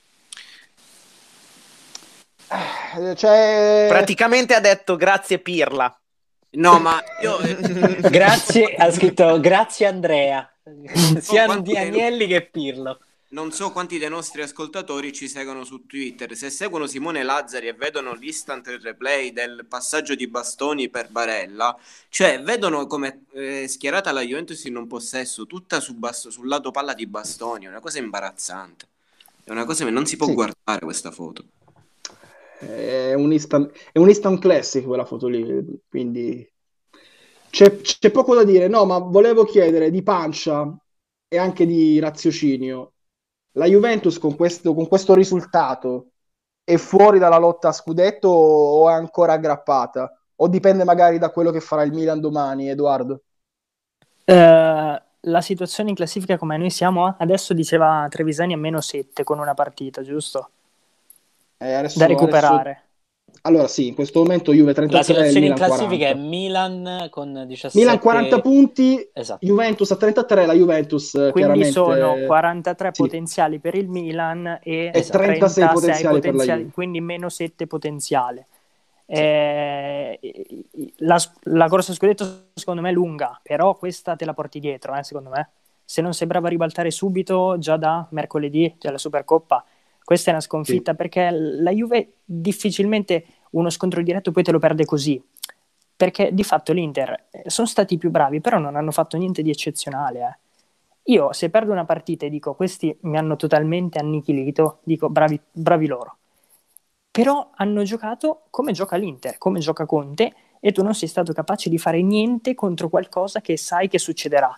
Eh, Cioè... Praticamente ha detto grazie Pirla. No, ma io... eh, Grazie, ha scritto grazie Andrea, sia quanti di dei- Agnelli che Pirlo. Non so quanti dei nostri ascoltatori ci seguono su Twitter. Se seguono Simone Lazzari e vedono l'instant replay del passaggio di bastoni per Barella, cioè vedono come è schierata la Juventus in un possesso tutta su basto- sul lato palla di Bastoni. È una cosa imbarazzante. È una cosa che non si può Sì. guardare questa foto. È un instant, è un instant classic quella foto lì, quindi c'è, c'è poco da dire. No, ma volevo chiedere di pancia e anche di raziocinio. La Juventus con questo, con questo risultato è fuori dalla lotta a scudetto o è ancora aggrappata? O dipende magari da quello che farà il Milan domani, Edoardo? Eh, la situazione in classifica come noi siamo adesso, diceva Trevisani, a meno sette con una partita, giusto? Eh, adesso, Da adesso- recuperare. Allora sì, in questo momento Juve La trentatré e il situazione in Milan classifica è quaranta. Milan con diciassette... Milan quaranta punti, Esatto. Juventus a trentatré, la Juventus eh, Quindi chiaramente... sono quarantatré sì. potenziali per il Milan e E trentasei potenziali per la Juve. quindi meno sette potenziale. Sì. Eh, la, la corsa a scudetto secondo me è lunga, però questa te la porti dietro, eh, secondo me. Se non sei bravo a ribaltare subito già da mercoledì della Supercoppa, questa è una sconfitta, Sì. perché la Juve difficilmente uno scontro diretto poi te lo perde così. perché di fatto l'Inter eh, sono stati più bravi, però non hanno fatto niente di eccezionale. Eh. Io se perdo una partita e dico questi mi hanno totalmente annichilito, dico bravi, bravi loro. Però hanno giocato come gioca l'Inter, come gioca Conte, e tu non sei stato capace di fare niente contro qualcosa che sai che succederà.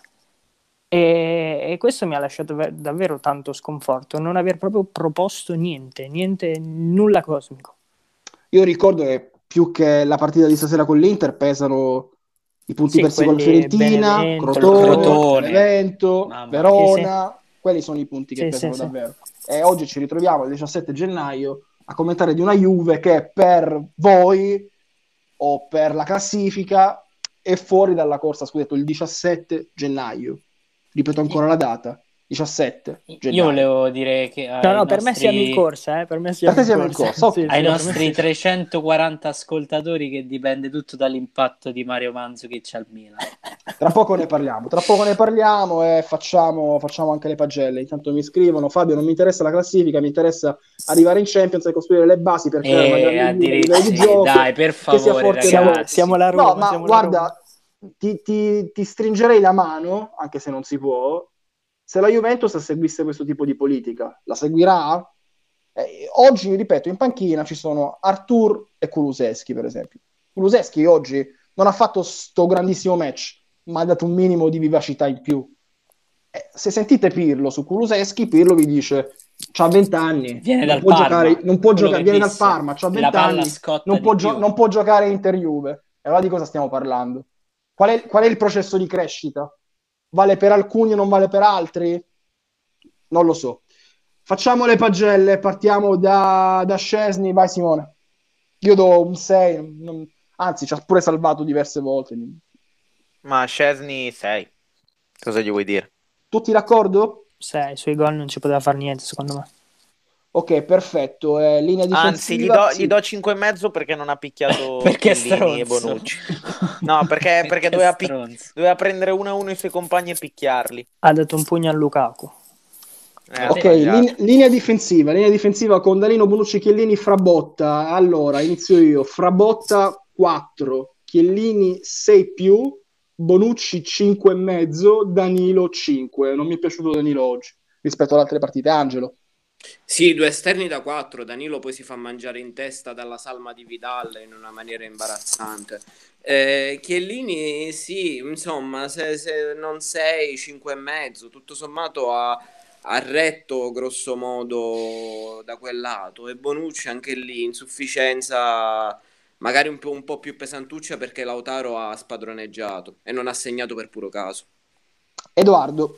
E, e questo mi ha lasciato ver- davvero tanto sconforto, non aver proprio proposto niente, niente, nulla cosmico. Io ricordo che più che la partita di stasera con l'Inter pesano i punti Sì, persi con la quelli Fiorentina, Benevento, Crotone, Crotone. Benevento, Mamma. Verona, quelli sono i punti che Sì, pesano sì, sì. davvero. E oggi ci ritroviamo il diciassette gennaio a commentare di una Juve che per voi o per la classifica è fuori dalla corsa scudetto il diciassette gennaio. Ripeto ancora la data, diciassette gennaio. Io volevo dire che No, ai no, per me nostri, siamo in corsa, eh, per me siamo, Per te in, siamo in corsa. corsa, ok. Sì, sì, ai per me nostri sì. trecentoquaranta ascoltatori, che dipende tutto dall'impatto di Mario Mandzukic al Milan. Tra poco ne parliamo, tra poco ne parliamo e facciamo, facciamo anche le pagelle. Intanto mi scrivono: Fabio, non mi interessa la classifica, mi interessa arrivare in Champions e costruire le basi per creare una E grande Juve a addirittura, livello di sì, gioco dai, per che sia favore, forte e Siamo, veloce. ragazzi. siamo la Roma, No, ma siamo la Roma. guarda, ti, ti- ti stringerei la mano, anche se non si può, se la Juventus seguisse questo tipo di politica. La seguirà? Eh, oggi, ripeto, in panchina ci sono Artur e Kulusevski, per esempio. Kulusevski oggi non ha fatto sto grandissimo match, ma ha dato un minimo di vivacità in più. Eh, se sentite Pirlo su Kulusevski, Pirlo vi dice c'ha venti anni, Viene non dal può giocare, Parma, non può quello giocare, che viene dal disse, Parma, c'ha la venti palla anni, scotta non può, di gio- più. non può giocare Inter Juve. E allora di cosa stiamo parlando? Qual è, qual è il processo di crescita? Vale per alcuni o non vale per altri? Non lo so. Facciamo le pagelle, partiamo da, da Szczesny, vai Simone. Io do un sei, non- anzi ci ha pure salvato diverse volte. Ma Szczesny sei. Cosa gli vuoi dire? Tutti d'accordo? Sei, sui gol non ci poteva fare niente, secondo me. Ok, perfetto. Eh, linea Anzi, gli difensiva? do, Sì. gli do cinque e mezzo perché non ha picchiato Perché è Chiellini e stronzo. Bonucci. No, perché, perché Perché è doveva, pic- stronzo. doveva prendere uno a uno i suoi compagni e picchiarli. Ha dato un pugno a Lukaku. Eh, ha Ok, sbagliato. linea, linea difensiva, linea difensiva con Danilo, Bonucci, Chiellini, Frabotta. Allora, inizio io. Frabotta quattro, Chiellini sei più, Bonucci cinque e mezzo, Danilo cinque. Non mi è piaciuto Danilo oggi rispetto ad altre partite. Angelo. Sì, due esterni da quattro. Danilo poi si fa mangiare in testa dalla salma di Vidal in una maniera imbarazzante. Eh, Chiellini, sì, insomma, se, se non sei, cinque e mezzo, tutto sommato ha, ha retto grosso modo da quel lato. E Bonucci anche lì, insufficienza, magari un po', un po' più pesantuccia perché Lautaro ha spadroneggiato e non ha segnato per puro caso. Edoardo.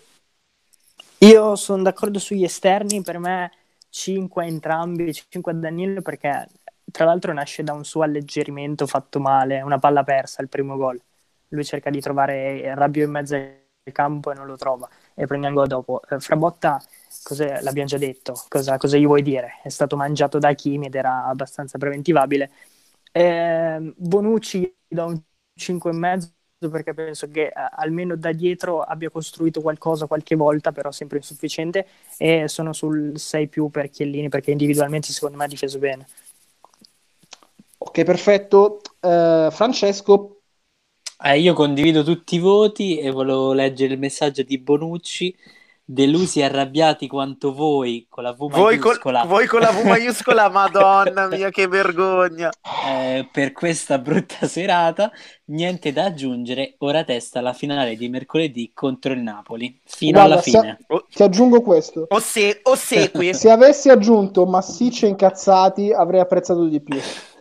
Io sono d'accordo sugli esterni, per me cinque entrambi, cinque a Danilo, perché tra l'altro nasce da un suo alleggerimento fatto male, una palla persa, il primo gol. Lui cerca di trovare Rabiot in mezzo al campo e non lo trova, e prende un gol dopo. Eh, Frabotta, cos'è, l'abbiamo già detto, cosa, cosa gli vuoi dire? È stato mangiato da Kimi ed era abbastanza preventivabile. Eh, Bonucci da un cinque e mezzo, perché penso che eh, almeno da dietro abbia costruito qualcosa qualche volta, però sempre insufficiente, e sono sul sei più per Chiellini, perché individualmente secondo me ha difeso bene. Ok, perfetto. Eh, Francesco. Eh, io condivido tutti i voti e volevo leggere il messaggio di Bonucci. Delusi e arrabbiati quanto voi, con la V Voi, col- maiuscola, voi con la V maiuscola, madonna mia, che vergogna. eh, per questa brutta serata, niente da aggiungere, ora testa la finale di mercoledì contro il Napoli, fino Guarda, alla fine. se- ti aggiungo questo. O, se- o segui. Se avessi aggiunto massicci e incazzati avrei apprezzato di più.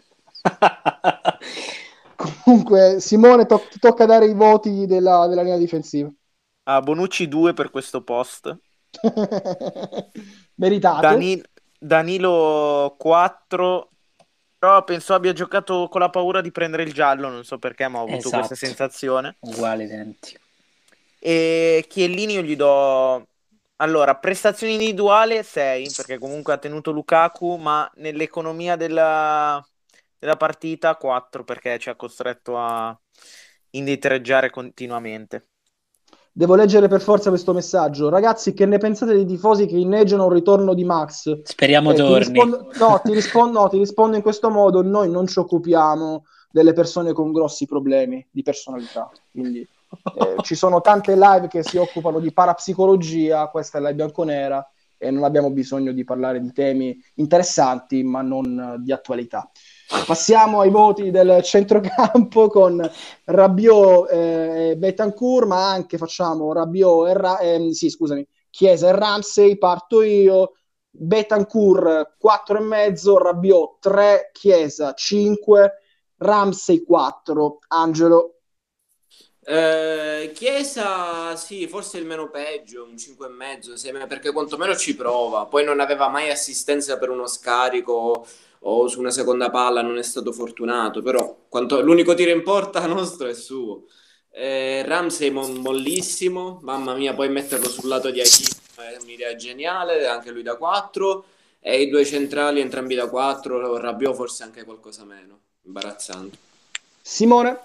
Comunque, Simone, to- ti tocca dare i voti della, della linea difensiva. Ah, Bonucci due per questo post. Meritato. Dani- Danilo quattro. Però penso abbia giocato con la paura di prendere il giallo, non so perché, ma ho avuto Esatto. questa sensazione. Uguale, identico. E Chiellini io gli do... Allora, prestazione individuale sei, perché comunque ha tenuto Lukaku, ma nell'economia della, della partita quattro, perché ci ha costretto a indietreggiare continuamente. Devo leggere per forza questo messaggio. Ragazzi, che ne pensate dei tifosi che inneggiano il ritorno di Max? Speriamo Eh, ti torni. rispondo, no, ti rispondo, no, ti rispondo in questo modo. Noi non ci occupiamo delle persone con grossi problemi di personalità. Quindi eh, ci sono tante live che si occupano di parapsicologia, questa è la bianconera, e non abbiamo bisogno di parlare di temi interessanti, ma non di attualità. Passiamo ai voti del centrocampo con Rabiot e eh, Bentancur, ma anche facciamo Rabiot e Ra- eh, sì, scusami, Chiesa e Ramsey. Parto io. Bentancur quattro e mezzo, Rabiot tre, Chiesa cinque, Ramsey quattro. Angelo. Eh, Chiesa, sì, forse il meno peggio, un cinque e mezzo, sei, perché quantomeno ci prova. Poi non aveva mai assistenza per uno scarico o su una seconda palla, non è stato fortunato, però quanto- l'unico tiro in porta nostro è suo. Eh, Ramsey mo- mollissimo, mamma mia, poi metterlo sul lato di Achille è un'idea geniale, anche lui da quattro, e i due centrali entrambi da quattro, Rabiot forse anche qualcosa meno, imbarazzante. Simone?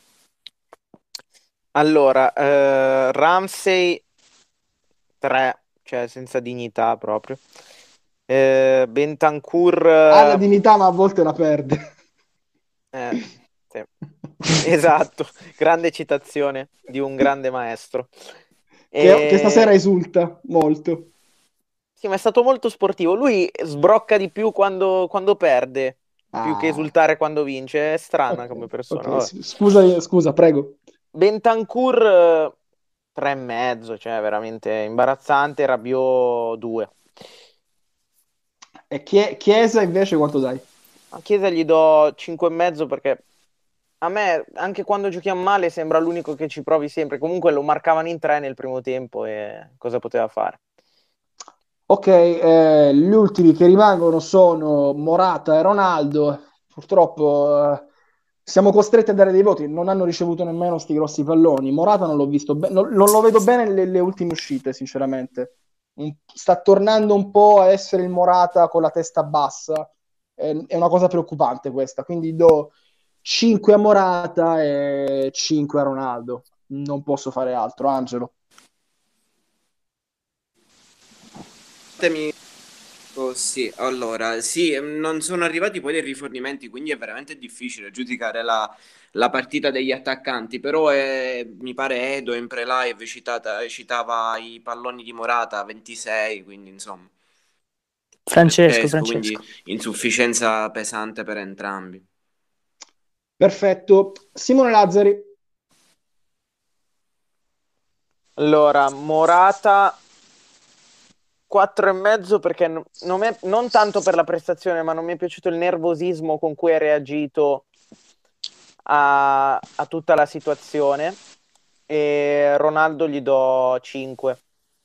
Allora, eh, Ramsey tre, cioè senza dignità proprio. Eh, Bentancur Ha la eh, dignità, ma a volte la perde. eh, sì. Esatto, grande citazione di un grande maestro. che, che stasera E... esulta molto. Sì, ma è stato molto sportivo. Lui sbrocca di più quando, quando perde, più che Ah, esultare quando vince. È strana ok, come persona. ok. Vabbè. Scusa, scusa, prego. Bentancur eh, tre e mezzo, cioè veramente imbarazzante. Rabiot due. E Chie- Chiesa invece quanto dai? A Chiesa gli do cinque e mezzo perché a me, anche quando giochiamo male, sembra l'unico che ci provi sempre. Comunque lo marcavano in tre nel primo tempo e cosa poteva fare? Ok, eh, gli ultimi che rimangono sono Morata e Ronaldo. Purtroppo eh, siamo costretti a dare dei voti, non hanno ricevuto nemmeno sti grossi palloni. Morata non l'ho visto be- non, non lo vedo bene nelle ultime uscite, sinceramente. Un- sta tornando un po' a essere il Morata con la testa bassa. È, è una cosa preoccupante questa, quindi do cinque a Morata e cinque a Ronaldo. Non posso fare altro, Angelo. Fatemi- Oh, sì, allora, sì, ehm, non sono arrivati poi dei rifornimenti, quindi è veramente difficile giudicare la, la partita degli attaccanti, però è- mi pare Edo in pre-live citata- citava i palloni di Morata ventisei, quindi insomma, Francesco, Francesco, Francesco. quindi insufficienza pesante per entrambi. Perfetto. Simone Lazzari. Allora, Morata quattro e mezzo perché no- non, mi è- non tanto per la prestazione, ma non mi è piaciuto il nervosismo con cui ha reagito a, a tutta la situazione. E Ronaldo gli do cinque.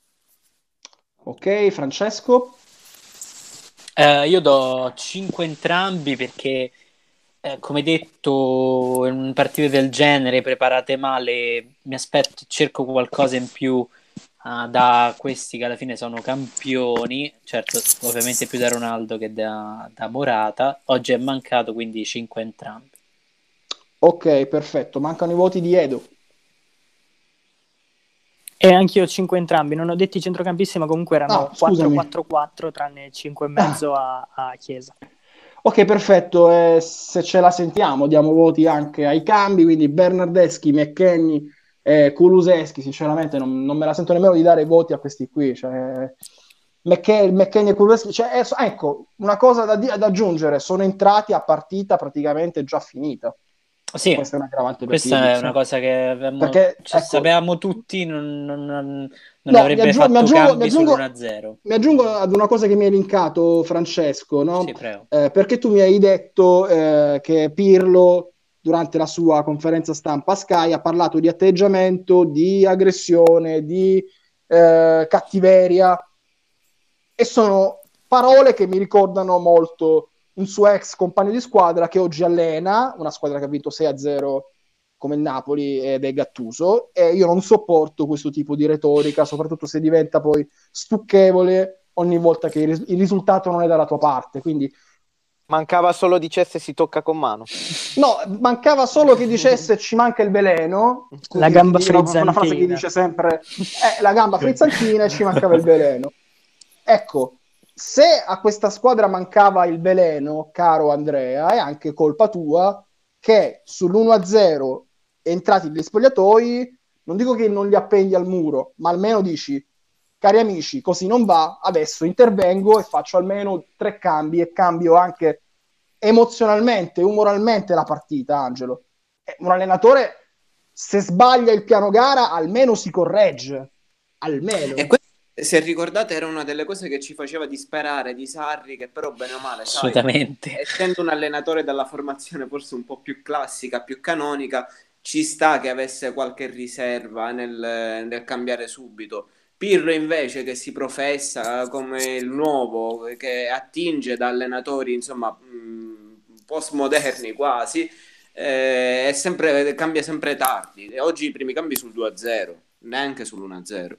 Ok, Francesco. Eh, io do cinque entrambi perché, eh, come detto, in partite del genere preparate male, mi aspetto, cerco qualcosa in più ah, da questi che alla fine sono campioni, certo, ovviamente più da Ronaldo che da, da Morata. Oggi è mancato, quindi cinque entrambi. Ok, perfetto. Mancano i voti di Edo. E anch'io cinque entrambi, non ho detti i centrocampisti, ma comunque Ah, erano quattro scusami. quattro quattro tranne cinque e Ah, mezzo a, a Chiesa. ok, perfetto. Eh, se ce la sentiamo, diamo voti anche ai cambi. Quindi Bernardeschi, McKennie e Kuluseschi. Sinceramente, non, non me la sento nemmeno di dare voti a questi qui. Cioè, McKennie, McKennie e Kuluseschi. Cioè, eh, ecco, una cosa da, di- da aggiungere: sono entrati a partita praticamente già finita. E Sì, questa è un'aggravante per questa è Pilix. una Eh. cosa che avevamo, Perché, cioè, ecco. sapevamo tutti, non, non- non- non No, mi, avrebbe aggiu- mi fatto aggiungo, mi cambi aggiungo- sull'uno a zero. mi aggiungo ad una cosa che mi hai linkato, Francesco, no? Sì, prego. Eh, perché tu mi hai detto eh, che Pirlo, durante la sua conferenza stampa a Sky, ha parlato di atteggiamento, di aggressione, di eh, cattiveria, e sono parole che mi ricordano molto un suo ex compagno di squadra che oggi allena una squadra che ha vinto sei a zero come il Napoli ed è Gattuso, e io non sopporto questo tipo di retorica, soprattutto se diventa poi stucchevole ogni volta che il, ris- il risultato non è dalla tua parte. Quindi Mancava solo dicesse si tocca con mano. no, mancava solo che dicesse ci manca il veleno, La così gamba una, una frase che frizzantina. dice sempre eh, la gamba frizzantina e ci mancava il veleno. Ecco, se a questa squadra mancava il veleno, caro Andrea, è anche colpa tua, che sull'uno a zero entrati negli spogliatoi, non dico che non li appendi al muro, ma almeno dici, cari amici, così non va, adesso intervengo e faccio almeno tre cambi e cambio anche emozionalmente, umoralmente la partita, Angelo. Eh, un allenatore, se sbaglia il piano gara, almeno si corregge, almeno. E questo, se ricordate, era una delle cose che ci faceva disperare di Sarri, che però bene o male, sai, Assolutamente. essendo un allenatore dalla formazione forse un po' più classica, più canonica, ci sta che avesse qualche riserva nel, nel cambiare subito. Pirlo invece, che si professa come il nuovo, che attinge da allenatori insomma mh, postmoderni quasi, eh, è sempre, cambia sempre tardi. E oggi i primi cambi sul due a zero, neanche sull'uno a zero.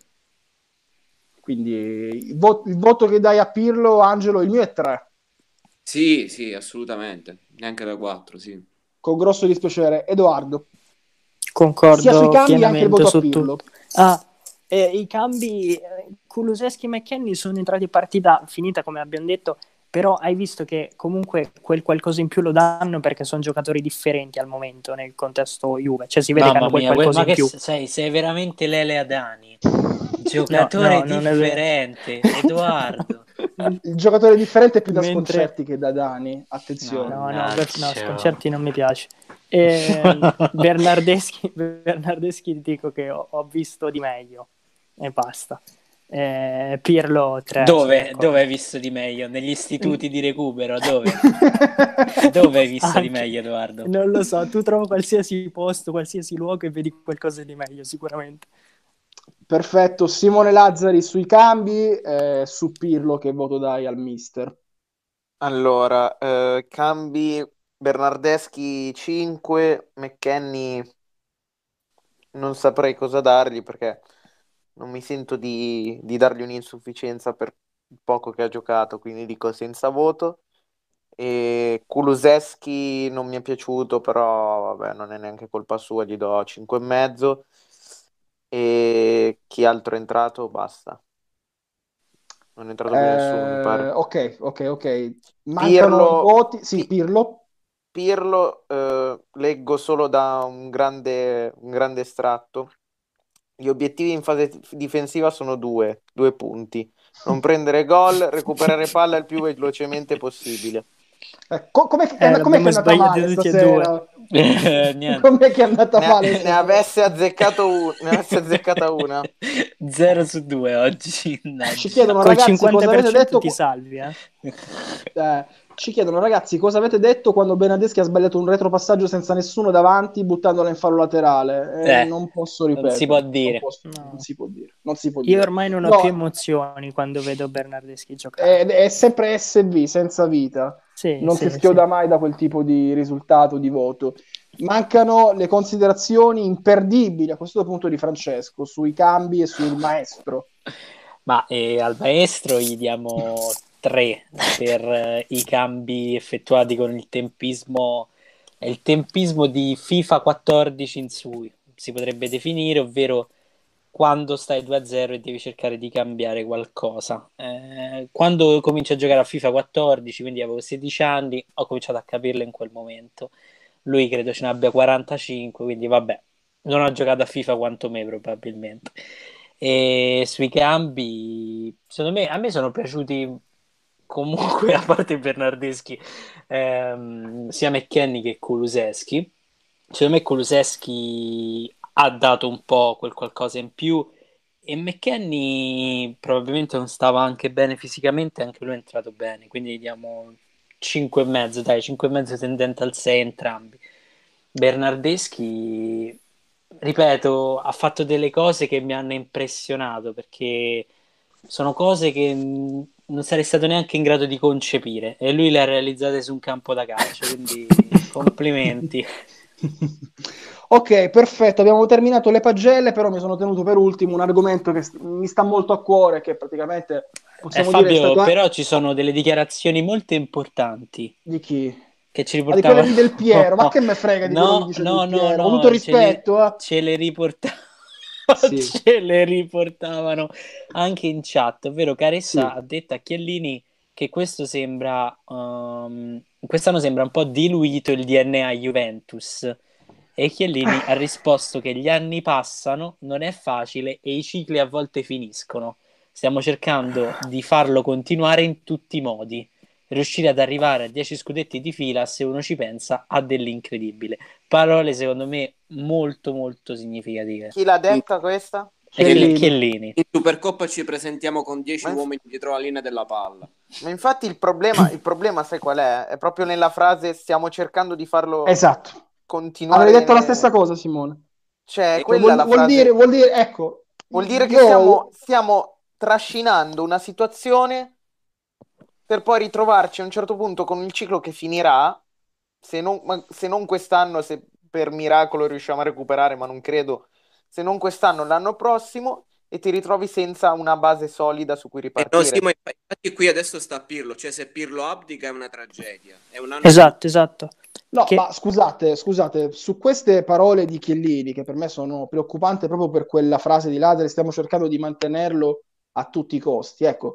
Quindi il, vo- il voto che dai a Pirlo, Angelo, il mio è tre. Sì, sì, assolutamente, neanche da quattro, sì. Con grosso dispiacere. Edoardo, Concordo sia sui cambi anche il pienamente voto a su Pirlo. tutto. Ah, eh, i cambi, eh, Kulusevski e McKennie sono entrati in partita finita, come abbiamo detto, però hai visto che comunque quel qualcosa in più lo danno perché sono giocatori differenti al momento nel contesto Juve, cioè si vede che Mamma hanno quel mia, que- qualcosa ma in che più. s- sei, sei veramente Lele Adani, No, giocatore no, non è vero. differente, Edoardo. Il giocatore differente è più da Mentre- sconcerti che da Dani, attenzione. No, no, Mannaggia. per- no, Sconcerti non mi piace. E, Bernardeschi, Bernardeschi ti dico che ho, ho visto di meglio e basta. Eh, Pirlo tre. Dove, dove hai visto di meglio? Negli istituti di recupero? Dove? Dove hai visto di Anche. meglio, Edoardo? Non lo so, tu trova qualsiasi posto, qualsiasi luogo e vedi qualcosa di meglio sicuramente. Perfetto, Simone Lazzari sui cambi, eh, su Pirlo che voto dai al mister? Allora, eh, cambi Bernardeschi cinque, McKennie non saprei cosa dargli perché non mi sento di, di dargli un'insufficienza per il poco che ha giocato, quindi dico senza voto. E Kulusevski non mi è piaciuto, però vabbè, non è neanche colpa sua, gli do cinque e mezzo. E chi altro è entrato? Basta. Non è entrato più nessuno, mi Eh, pare. ok, ok, ok. Mancano Pirlo- i voti. Sì, Pi- Pirlo. Pirlo, eh, leggo solo da un grande, un grande estratto. Gli obiettivi in fase t- difensiva sono due, due punti. Non prendere gol, recuperare palla il più velocemente possibile. Eh, co- com'è, che- Eh, com'è che è l'abbiamo andata sbagliati male tutti e stasera? Eh, niente. Com'è che è andata Ne, male ne stasera? avesse azzeccato un- ne avesse azzecata una. Zero su due oggi. Ci chiedono, Col ragazzi, cosa cinquanta per avete cento detto? ti salvi, eh? Eh, ci chiedono, ragazzi, cosa avete detto quando Bernardeschi ha sbagliato un retropassaggio senza nessuno davanti, buttandola in fallo laterale? Eh, Eh, non posso non ripetere. si può dire. Non, posso- No. non si può dire. Non si può Io dire. ormai non ho No, più emozioni quando vedo Bernardeschi giocare. È, è sempre S V, senza vita. Sì, Non sì, si schioda sì. mai da quel tipo di risultato, di voto. Mancano le considerazioni imperdibili a questo punto di Francesco sui cambi e sul maestro. Ma eh, al maestro gli diamo tre per eh, i cambi effettuati con il tempismo, è il tempismo di FIFA quattordici in su, si potrebbe definire, ovvero quando stai due a zero e devi cercare di cambiare qualcosa. Eh, quando comincio a giocare a FIFA quattordici, quindi avevo sedici anni, ho cominciato a capirlo in quel momento. Lui credo ce ne abbia quarantacinque, quindi vabbè, non ha giocato a FIFA quanto me probabilmente. E sui cambi, secondo me, a me sono piaciuti comunque, a parte Bernardeschi, ehm, sia McKennie che Kulusevski. Secondo me Kulusevski ha dato un po' quel qualcosa in più e McKennie probabilmente non stava anche bene fisicamente, anche lui è entrato bene, quindi diamo cinque e mezzo, dai, cinque e mezzo tendente al sei entrambi. Bernardeschi, ripeto, ha fatto delle cose che mi hanno impressionato perché sono cose che mh, non sarei stato neanche in grado di concepire e lui le ha realizzate su un campo da calcio, quindi complimenti. Ok, perfetto, abbiamo terminato le pagelle, però mi sono tenuto per ultimo un argomento che st- mi sta molto a cuore, che praticamente Eh, possiamo dire è Fabio, stato... però ci sono delle dichiarazioni molto importanti Di chi? che ci Ah, di quelle riportavano. di Del Piero, ma che me frega di quello che No, dice no, Del no, Piero, con no, tutto ce le, rispetto, eh. ce le riportavano. Sì. Ce le riportavano anche in chat, ovvero Caressa Sì. ha detto a Chiellini che questo sembra um, quest'anno sembra un po' diluito il D N A Juventus, e Chiellini ha risposto che gli anni passano, non è facile e i cicli a volte finiscono. Stiamo cercando di farlo continuare in tutti i modi. Riuscire ad arrivare a dieci scudetti di fila, se uno ci pensa, ha dell'incredibile. Parole secondo me molto molto significative. Chi l'ha detta questa? Chiellini. Chiellini. Chiellini. In Supercoppa ci presentiamo con dieci Ma inf- uomini dietro la linea della palla. Ma infatti il problema, il problema sai qual è? È proprio nella frase stiamo cercando di farlo Esatto. continuare. Avrei detto la ne- stessa cosa, Simone. Cioè, E quella Vuol, è la vuol frase. dire, vuol dire, ecco, Vuol dire che io- stiamo, stiamo trascinando una situazione per poi ritrovarci a un certo punto con il ciclo che finirà, se non, ma- se non quest'anno, se per miracolo riusciamo a recuperare, ma non credo, se non quest'anno, l'anno prossimo, e ti ritrovi senza una base solida su cui E no, ripartire. Simo, infatti qui adesso sta Pirlo, cioè se Pirlo abdica è una tragedia. È un anno Esatto, esatto. No, Che- ma scusate, scusate, su queste parole di Chiellini, che per me sono preoccupanti proprio per quella frase di Lazzari, stiamo cercando di mantenerlo a tutti i costi. Ecco,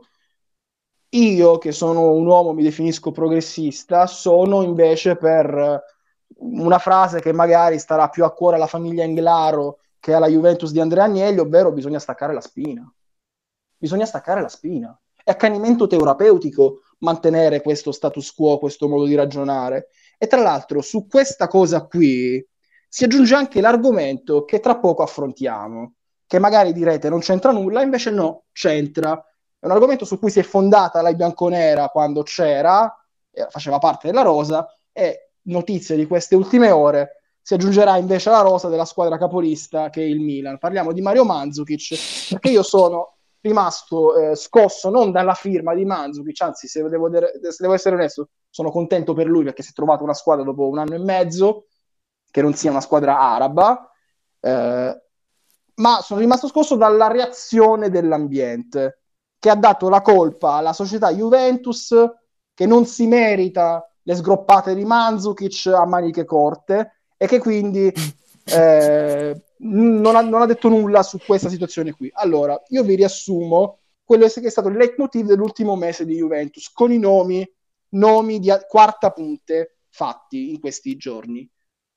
io che sono un uomo, mi definisco progressista, sono invece per una frase che magari starà più a cuore alla famiglia Englaro che alla Juventus di Andrea Agnelli, ovvero bisogna staccare la spina. Bisogna staccare la spina. È accanimento terapeutico mantenere questo status quo, questo modo di ragionare. E tra l'altro su questa cosa qui si aggiunge anche l'argomento che tra poco affrontiamo, che magari direte non c'entra nulla, invece no, c'entra. È un argomento su cui si è fondata la bianconera quando c'era, eh, faceva parte della rosa, e notizie di queste ultime ore si aggiungerà invece alla rosa della squadra capolista che è il Milan. Parliamo di Mario Mandzukic, perché io sono rimasto eh, scosso non dalla firma di Mandzukic, anzi se devo, se devo essere onesto sono contento per lui perché si è trovato una squadra dopo un anno e mezzo che non sia una squadra araba, eh, ma sono rimasto scosso dalla reazione dell'ambiente che ha dato la colpa alla società Juventus che non si merita le sgroppate di Mandzukic a maniche corte e che quindi eh, non, ha, non ha detto nulla su questa situazione qui. Allora, io vi riassumo quello che è stato il leitmotiv dell'ultimo mese di Juventus, con i nomi, nomi di quarta punte fatti in questi giorni.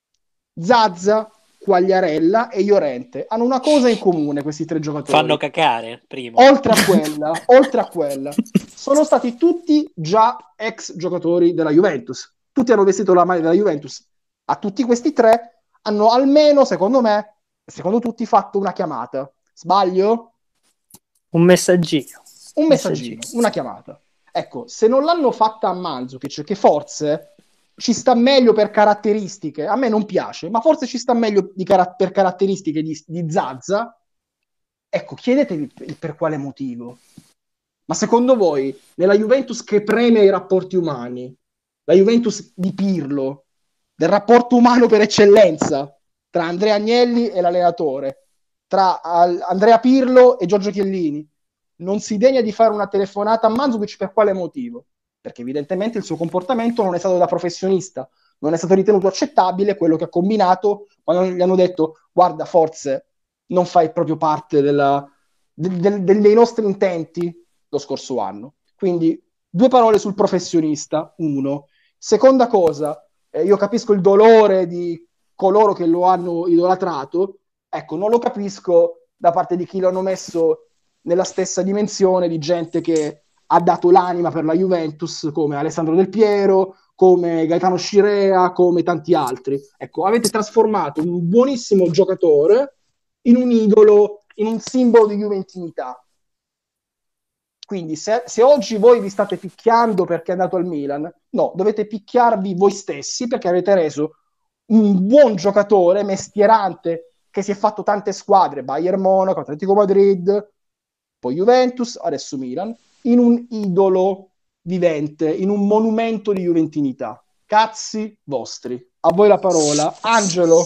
Zazza, Quagliarella e Llorente hanno una cosa in comune questi tre giocatori. Fanno cacare, primo. Oltre a quella, oltre a quella, sono stati tutti già ex giocatori della Juventus. Tutti hanno vestito la maglia della Juventus. A tutti questi tre hanno almeno, secondo me, e secondo tutti, fatto una chiamata. Sbaglio? Un messaggino. Un messaggino, una chiamata. Ecco, se non l'hanno fatta a Mandzukic, che forse ci sta meglio per caratteristiche, a me non piace, ma forse ci sta meglio di car- per caratteristiche di, di Zazza, ecco, chiedetevi il per quale motivo. Ma secondo voi, nella Juventus che preme i rapporti umani, la Juventus di Pirlo, del rapporto umano per eccellenza, tra Andrea Agnelli e l'allenatore, tra uh, Andrea Pirlo e Giorgio Chiellini, non si degna di fare una telefonata a Mandzukic per quale motivo? Perché evidentemente il suo comportamento non è stato da professionista, non è stato ritenuto accettabile quello che ha combinato quando gli hanno detto guarda, forse non fai proprio parte della, de, de, de, dei nostri intenti lo scorso anno. Quindi due parole sul professionista, uno. Seconda cosa, eh, io capisco il dolore di coloro che lo hanno idolatrato, ecco, non lo capisco da parte di chi lo hanno messo nella stessa dimensione di gente che ha dato l'anima per la Juventus, come Alessandro Del Piero, come Gaetano Scirea, come tanti altri. Ecco, avete trasformato un buonissimo giocatore in un idolo, in un simbolo di juventinità. Quindi se, se oggi voi vi state picchiando perché è andato al Milan, no, dovete picchiarvi voi stessi perché avete reso un buon giocatore, mestierante, che si è fatto tante squadre, Bayern Monaco, Atletico Madrid, poi Juventus, adesso Milan, in un idolo vivente, in un monumento di juventinità. Cazzi vostri. A voi la parola. Angelo.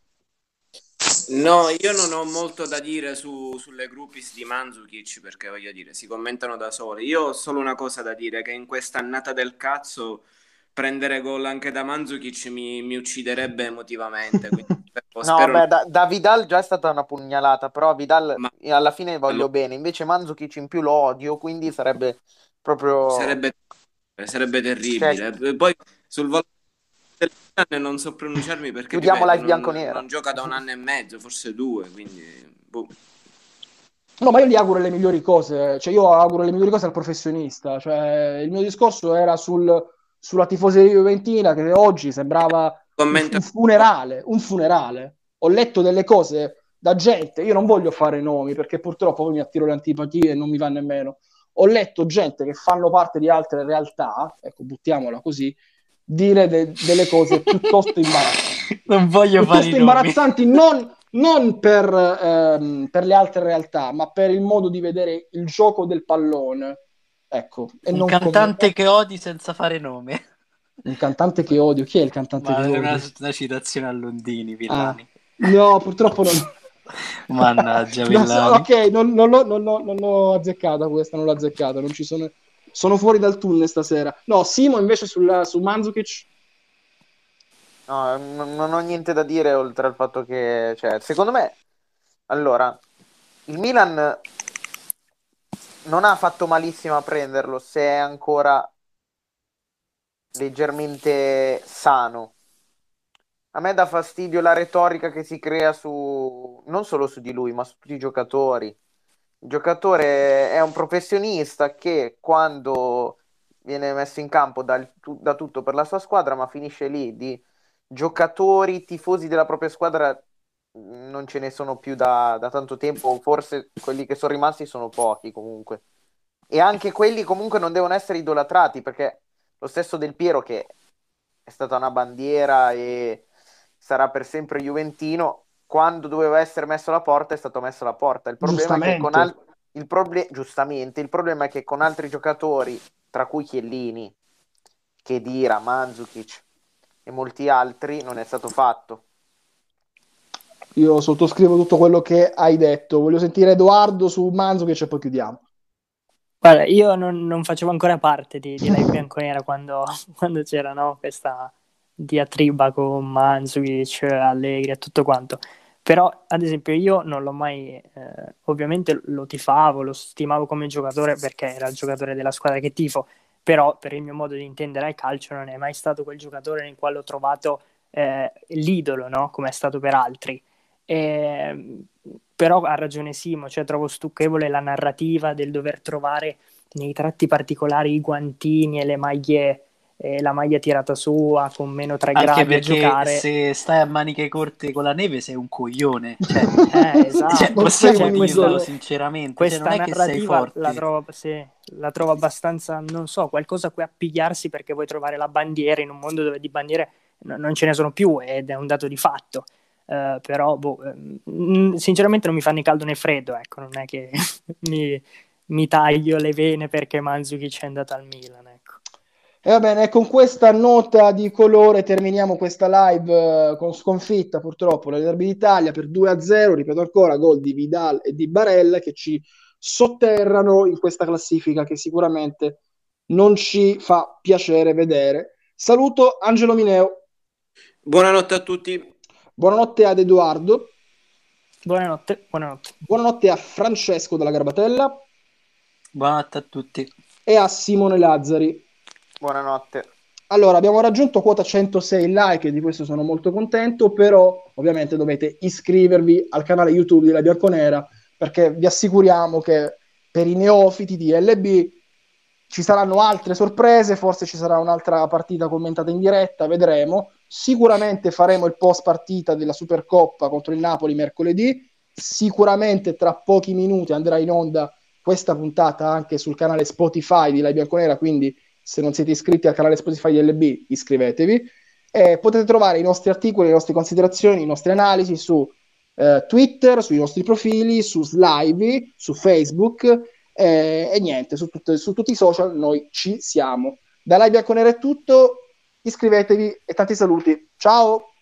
No, io non ho molto da dire su, sulle groupies di Mandzukic perché voglio dire, si commentano da soli. Io ho solo una cosa da dire, che in questa annata del cazzo prendere gol anche da Mandzukic mi, mi ucciderebbe emotivamente. Quindi spero, No, spero... beh, da, da Vidal già è stata una pugnalata, però Vidal Ma- alla fine voglio Allora- bene, invece Mandzukic in più lo odio, quindi sarebbe Proprio... Sarebbe, sarebbe Cioè, terribile. Poi sul valore del Milan non so pronunciarmi perché, chiudiamo ripeto, live non, bianconera. non gioca da un anno e mezzo, forse due, quindi... boh. No, ma io gli auguro le migliori cose, cioè io auguro le migliori cose al professionista, cioè il mio discorso era sul, sulla tifoseria juventina che oggi sembrava un, Commento... un funerale, un funerale. Ho letto delle cose da gente, io non voglio fare nomi perché purtroppo poi mi attiro le antipatie e non mi va nemmeno. Ho letto gente che fanno parte di altre realtà, ecco, buttiamola così, dire de- delle cose piuttosto imbarazzanti. Non voglio fare i Piuttosto nomi. imbarazzanti non non per, ehm, per le altre realtà, ma per il modo di vedere il gioco del pallone. Ecco, e Un non cantante come... che odi senza fare nome. Un cantante che odio. Chi è il cantante Ma che è una, odio? una citazione a Londini, Ah, Villani. no, purtroppo non... Mannaggia, No, so- Villani. ok, non, non l'ho, non l'ho- non l'ho azzeccata questa, non l'ho azzeccata, non ci sono... Sono fuori dal tunnel stasera. No, Simo invece sulla, su Mandzukic. No, non non ho niente da dire oltre al fatto che, cioè, secondo me, allora, il Milan non ha fatto malissimo a prenderlo se è ancora leggermente sano. A me dà fastidio la retorica che si crea su, non solo su di lui, ma su tutti i giocatori. Il giocatore è un professionista che quando viene messo in campo dà, il tu- dà tutto per la sua squadra, ma finisce lì. Di giocatori, tifosi della propria squadra mh, non ce ne sono più da, da tanto tempo, o forse quelli che sono rimasti sono pochi comunque. E anche quelli comunque non devono essere idolatrati, perché lo stesso Del Piero, che è stata una bandiera e sarà per sempre juventino, quando doveva essere messo alla porta è stato messo alla porta. Il problema è che con Giustamente. al- il proble- giustamente, il problema è che con altri giocatori, tra cui Chiellini, Khedira, Mandzukic e molti altri, non è stato fatto. Io sottoscrivo tutto quello che hai detto. Voglio sentire Edoardo su Mandzukic e poi chiudiamo. Guarda, io non, non facevo ancora parte di, di Live Bianconera quando, quando c'era, no, questa diatriba con Mandzukic, Allegri e tutto quanto. Però, ad esempio, io non l'ho mai, eh, ovviamente lo tifavo, lo stimavo come giocatore perché era il giocatore della squadra che tifo, però per il mio modo di intendere al calcio non è mai stato quel giocatore nel quale ho trovato eh, l'idolo, no? Come è stato per altri. E, però ha ragione Simo, cioè trovo stucchevole la narrativa del dover trovare nei tratti particolari i guantini e le maglie, e la maglia tirata su a con meno tre Anche gradi a perché giocare. se stai a maniche corte con la neve sei un coglione. Cioè, Eh, esatto. cioè, Non possiamo sei un dirlo coglione. sinceramente. Cioè, Questa non è che sei narrativa forte. la trovo, sì, la trovo abbastanza, non so, qualcosa a cui appigliarsi perché vuoi trovare la bandiera in un mondo dove di bandiere no, non ce ne sono più ed è un dato di fatto. Uh, però boh, mh, sinceramente non mi fa né caldo né freddo, ecco, non è che mi, mi taglio le vene perché Mandzukic è andato al Milan, ecco. E va bene, con questa nota di colore terminiamo questa live eh, con sconfitta purtroppo nel Derby d'Italia per due a zero, ripeto ancora, gol di Vidal e di Barella che ci sotterrano in questa classifica che sicuramente non ci fa piacere vedere. Saluto Angelo Mineo. Buonanotte a tutti. Buonanotte ad Edoardo. Buonanotte, buonanotte. Buonanotte a Francesco della Garbatella. Buonanotte a tutti. E a Simone Lazzari. Buonanotte. Allora, abbiamo raggiunto quota centosei like e di questo sono molto contento, però ovviamente dovete iscrivervi al canale YouTube di La Bianconera perché vi assicuriamo che per i neofiti di L B ci saranno altre sorprese, forse ci sarà un'altra partita commentata in diretta, vedremo. Sicuramente faremo il post partita della Supercoppa contro il Napoli mercoledì, sicuramente tra pochi minuti andrà in onda questa puntata anche sul canale Spotify di La Bianconera, quindi se non siete iscritti al canale Spotify di L B iscrivetevi. E potete trovare i nostri articoli, le nostre considerazioni, le nostre analisi su eh, Twitter, sui nostri profili, su Slivey, su Facebook eh, e niente, su, tutte, su tutti i social noi ci siamo. Da Live Bianconera è tutto, iscrivetevi e tanti saluti. Ciao!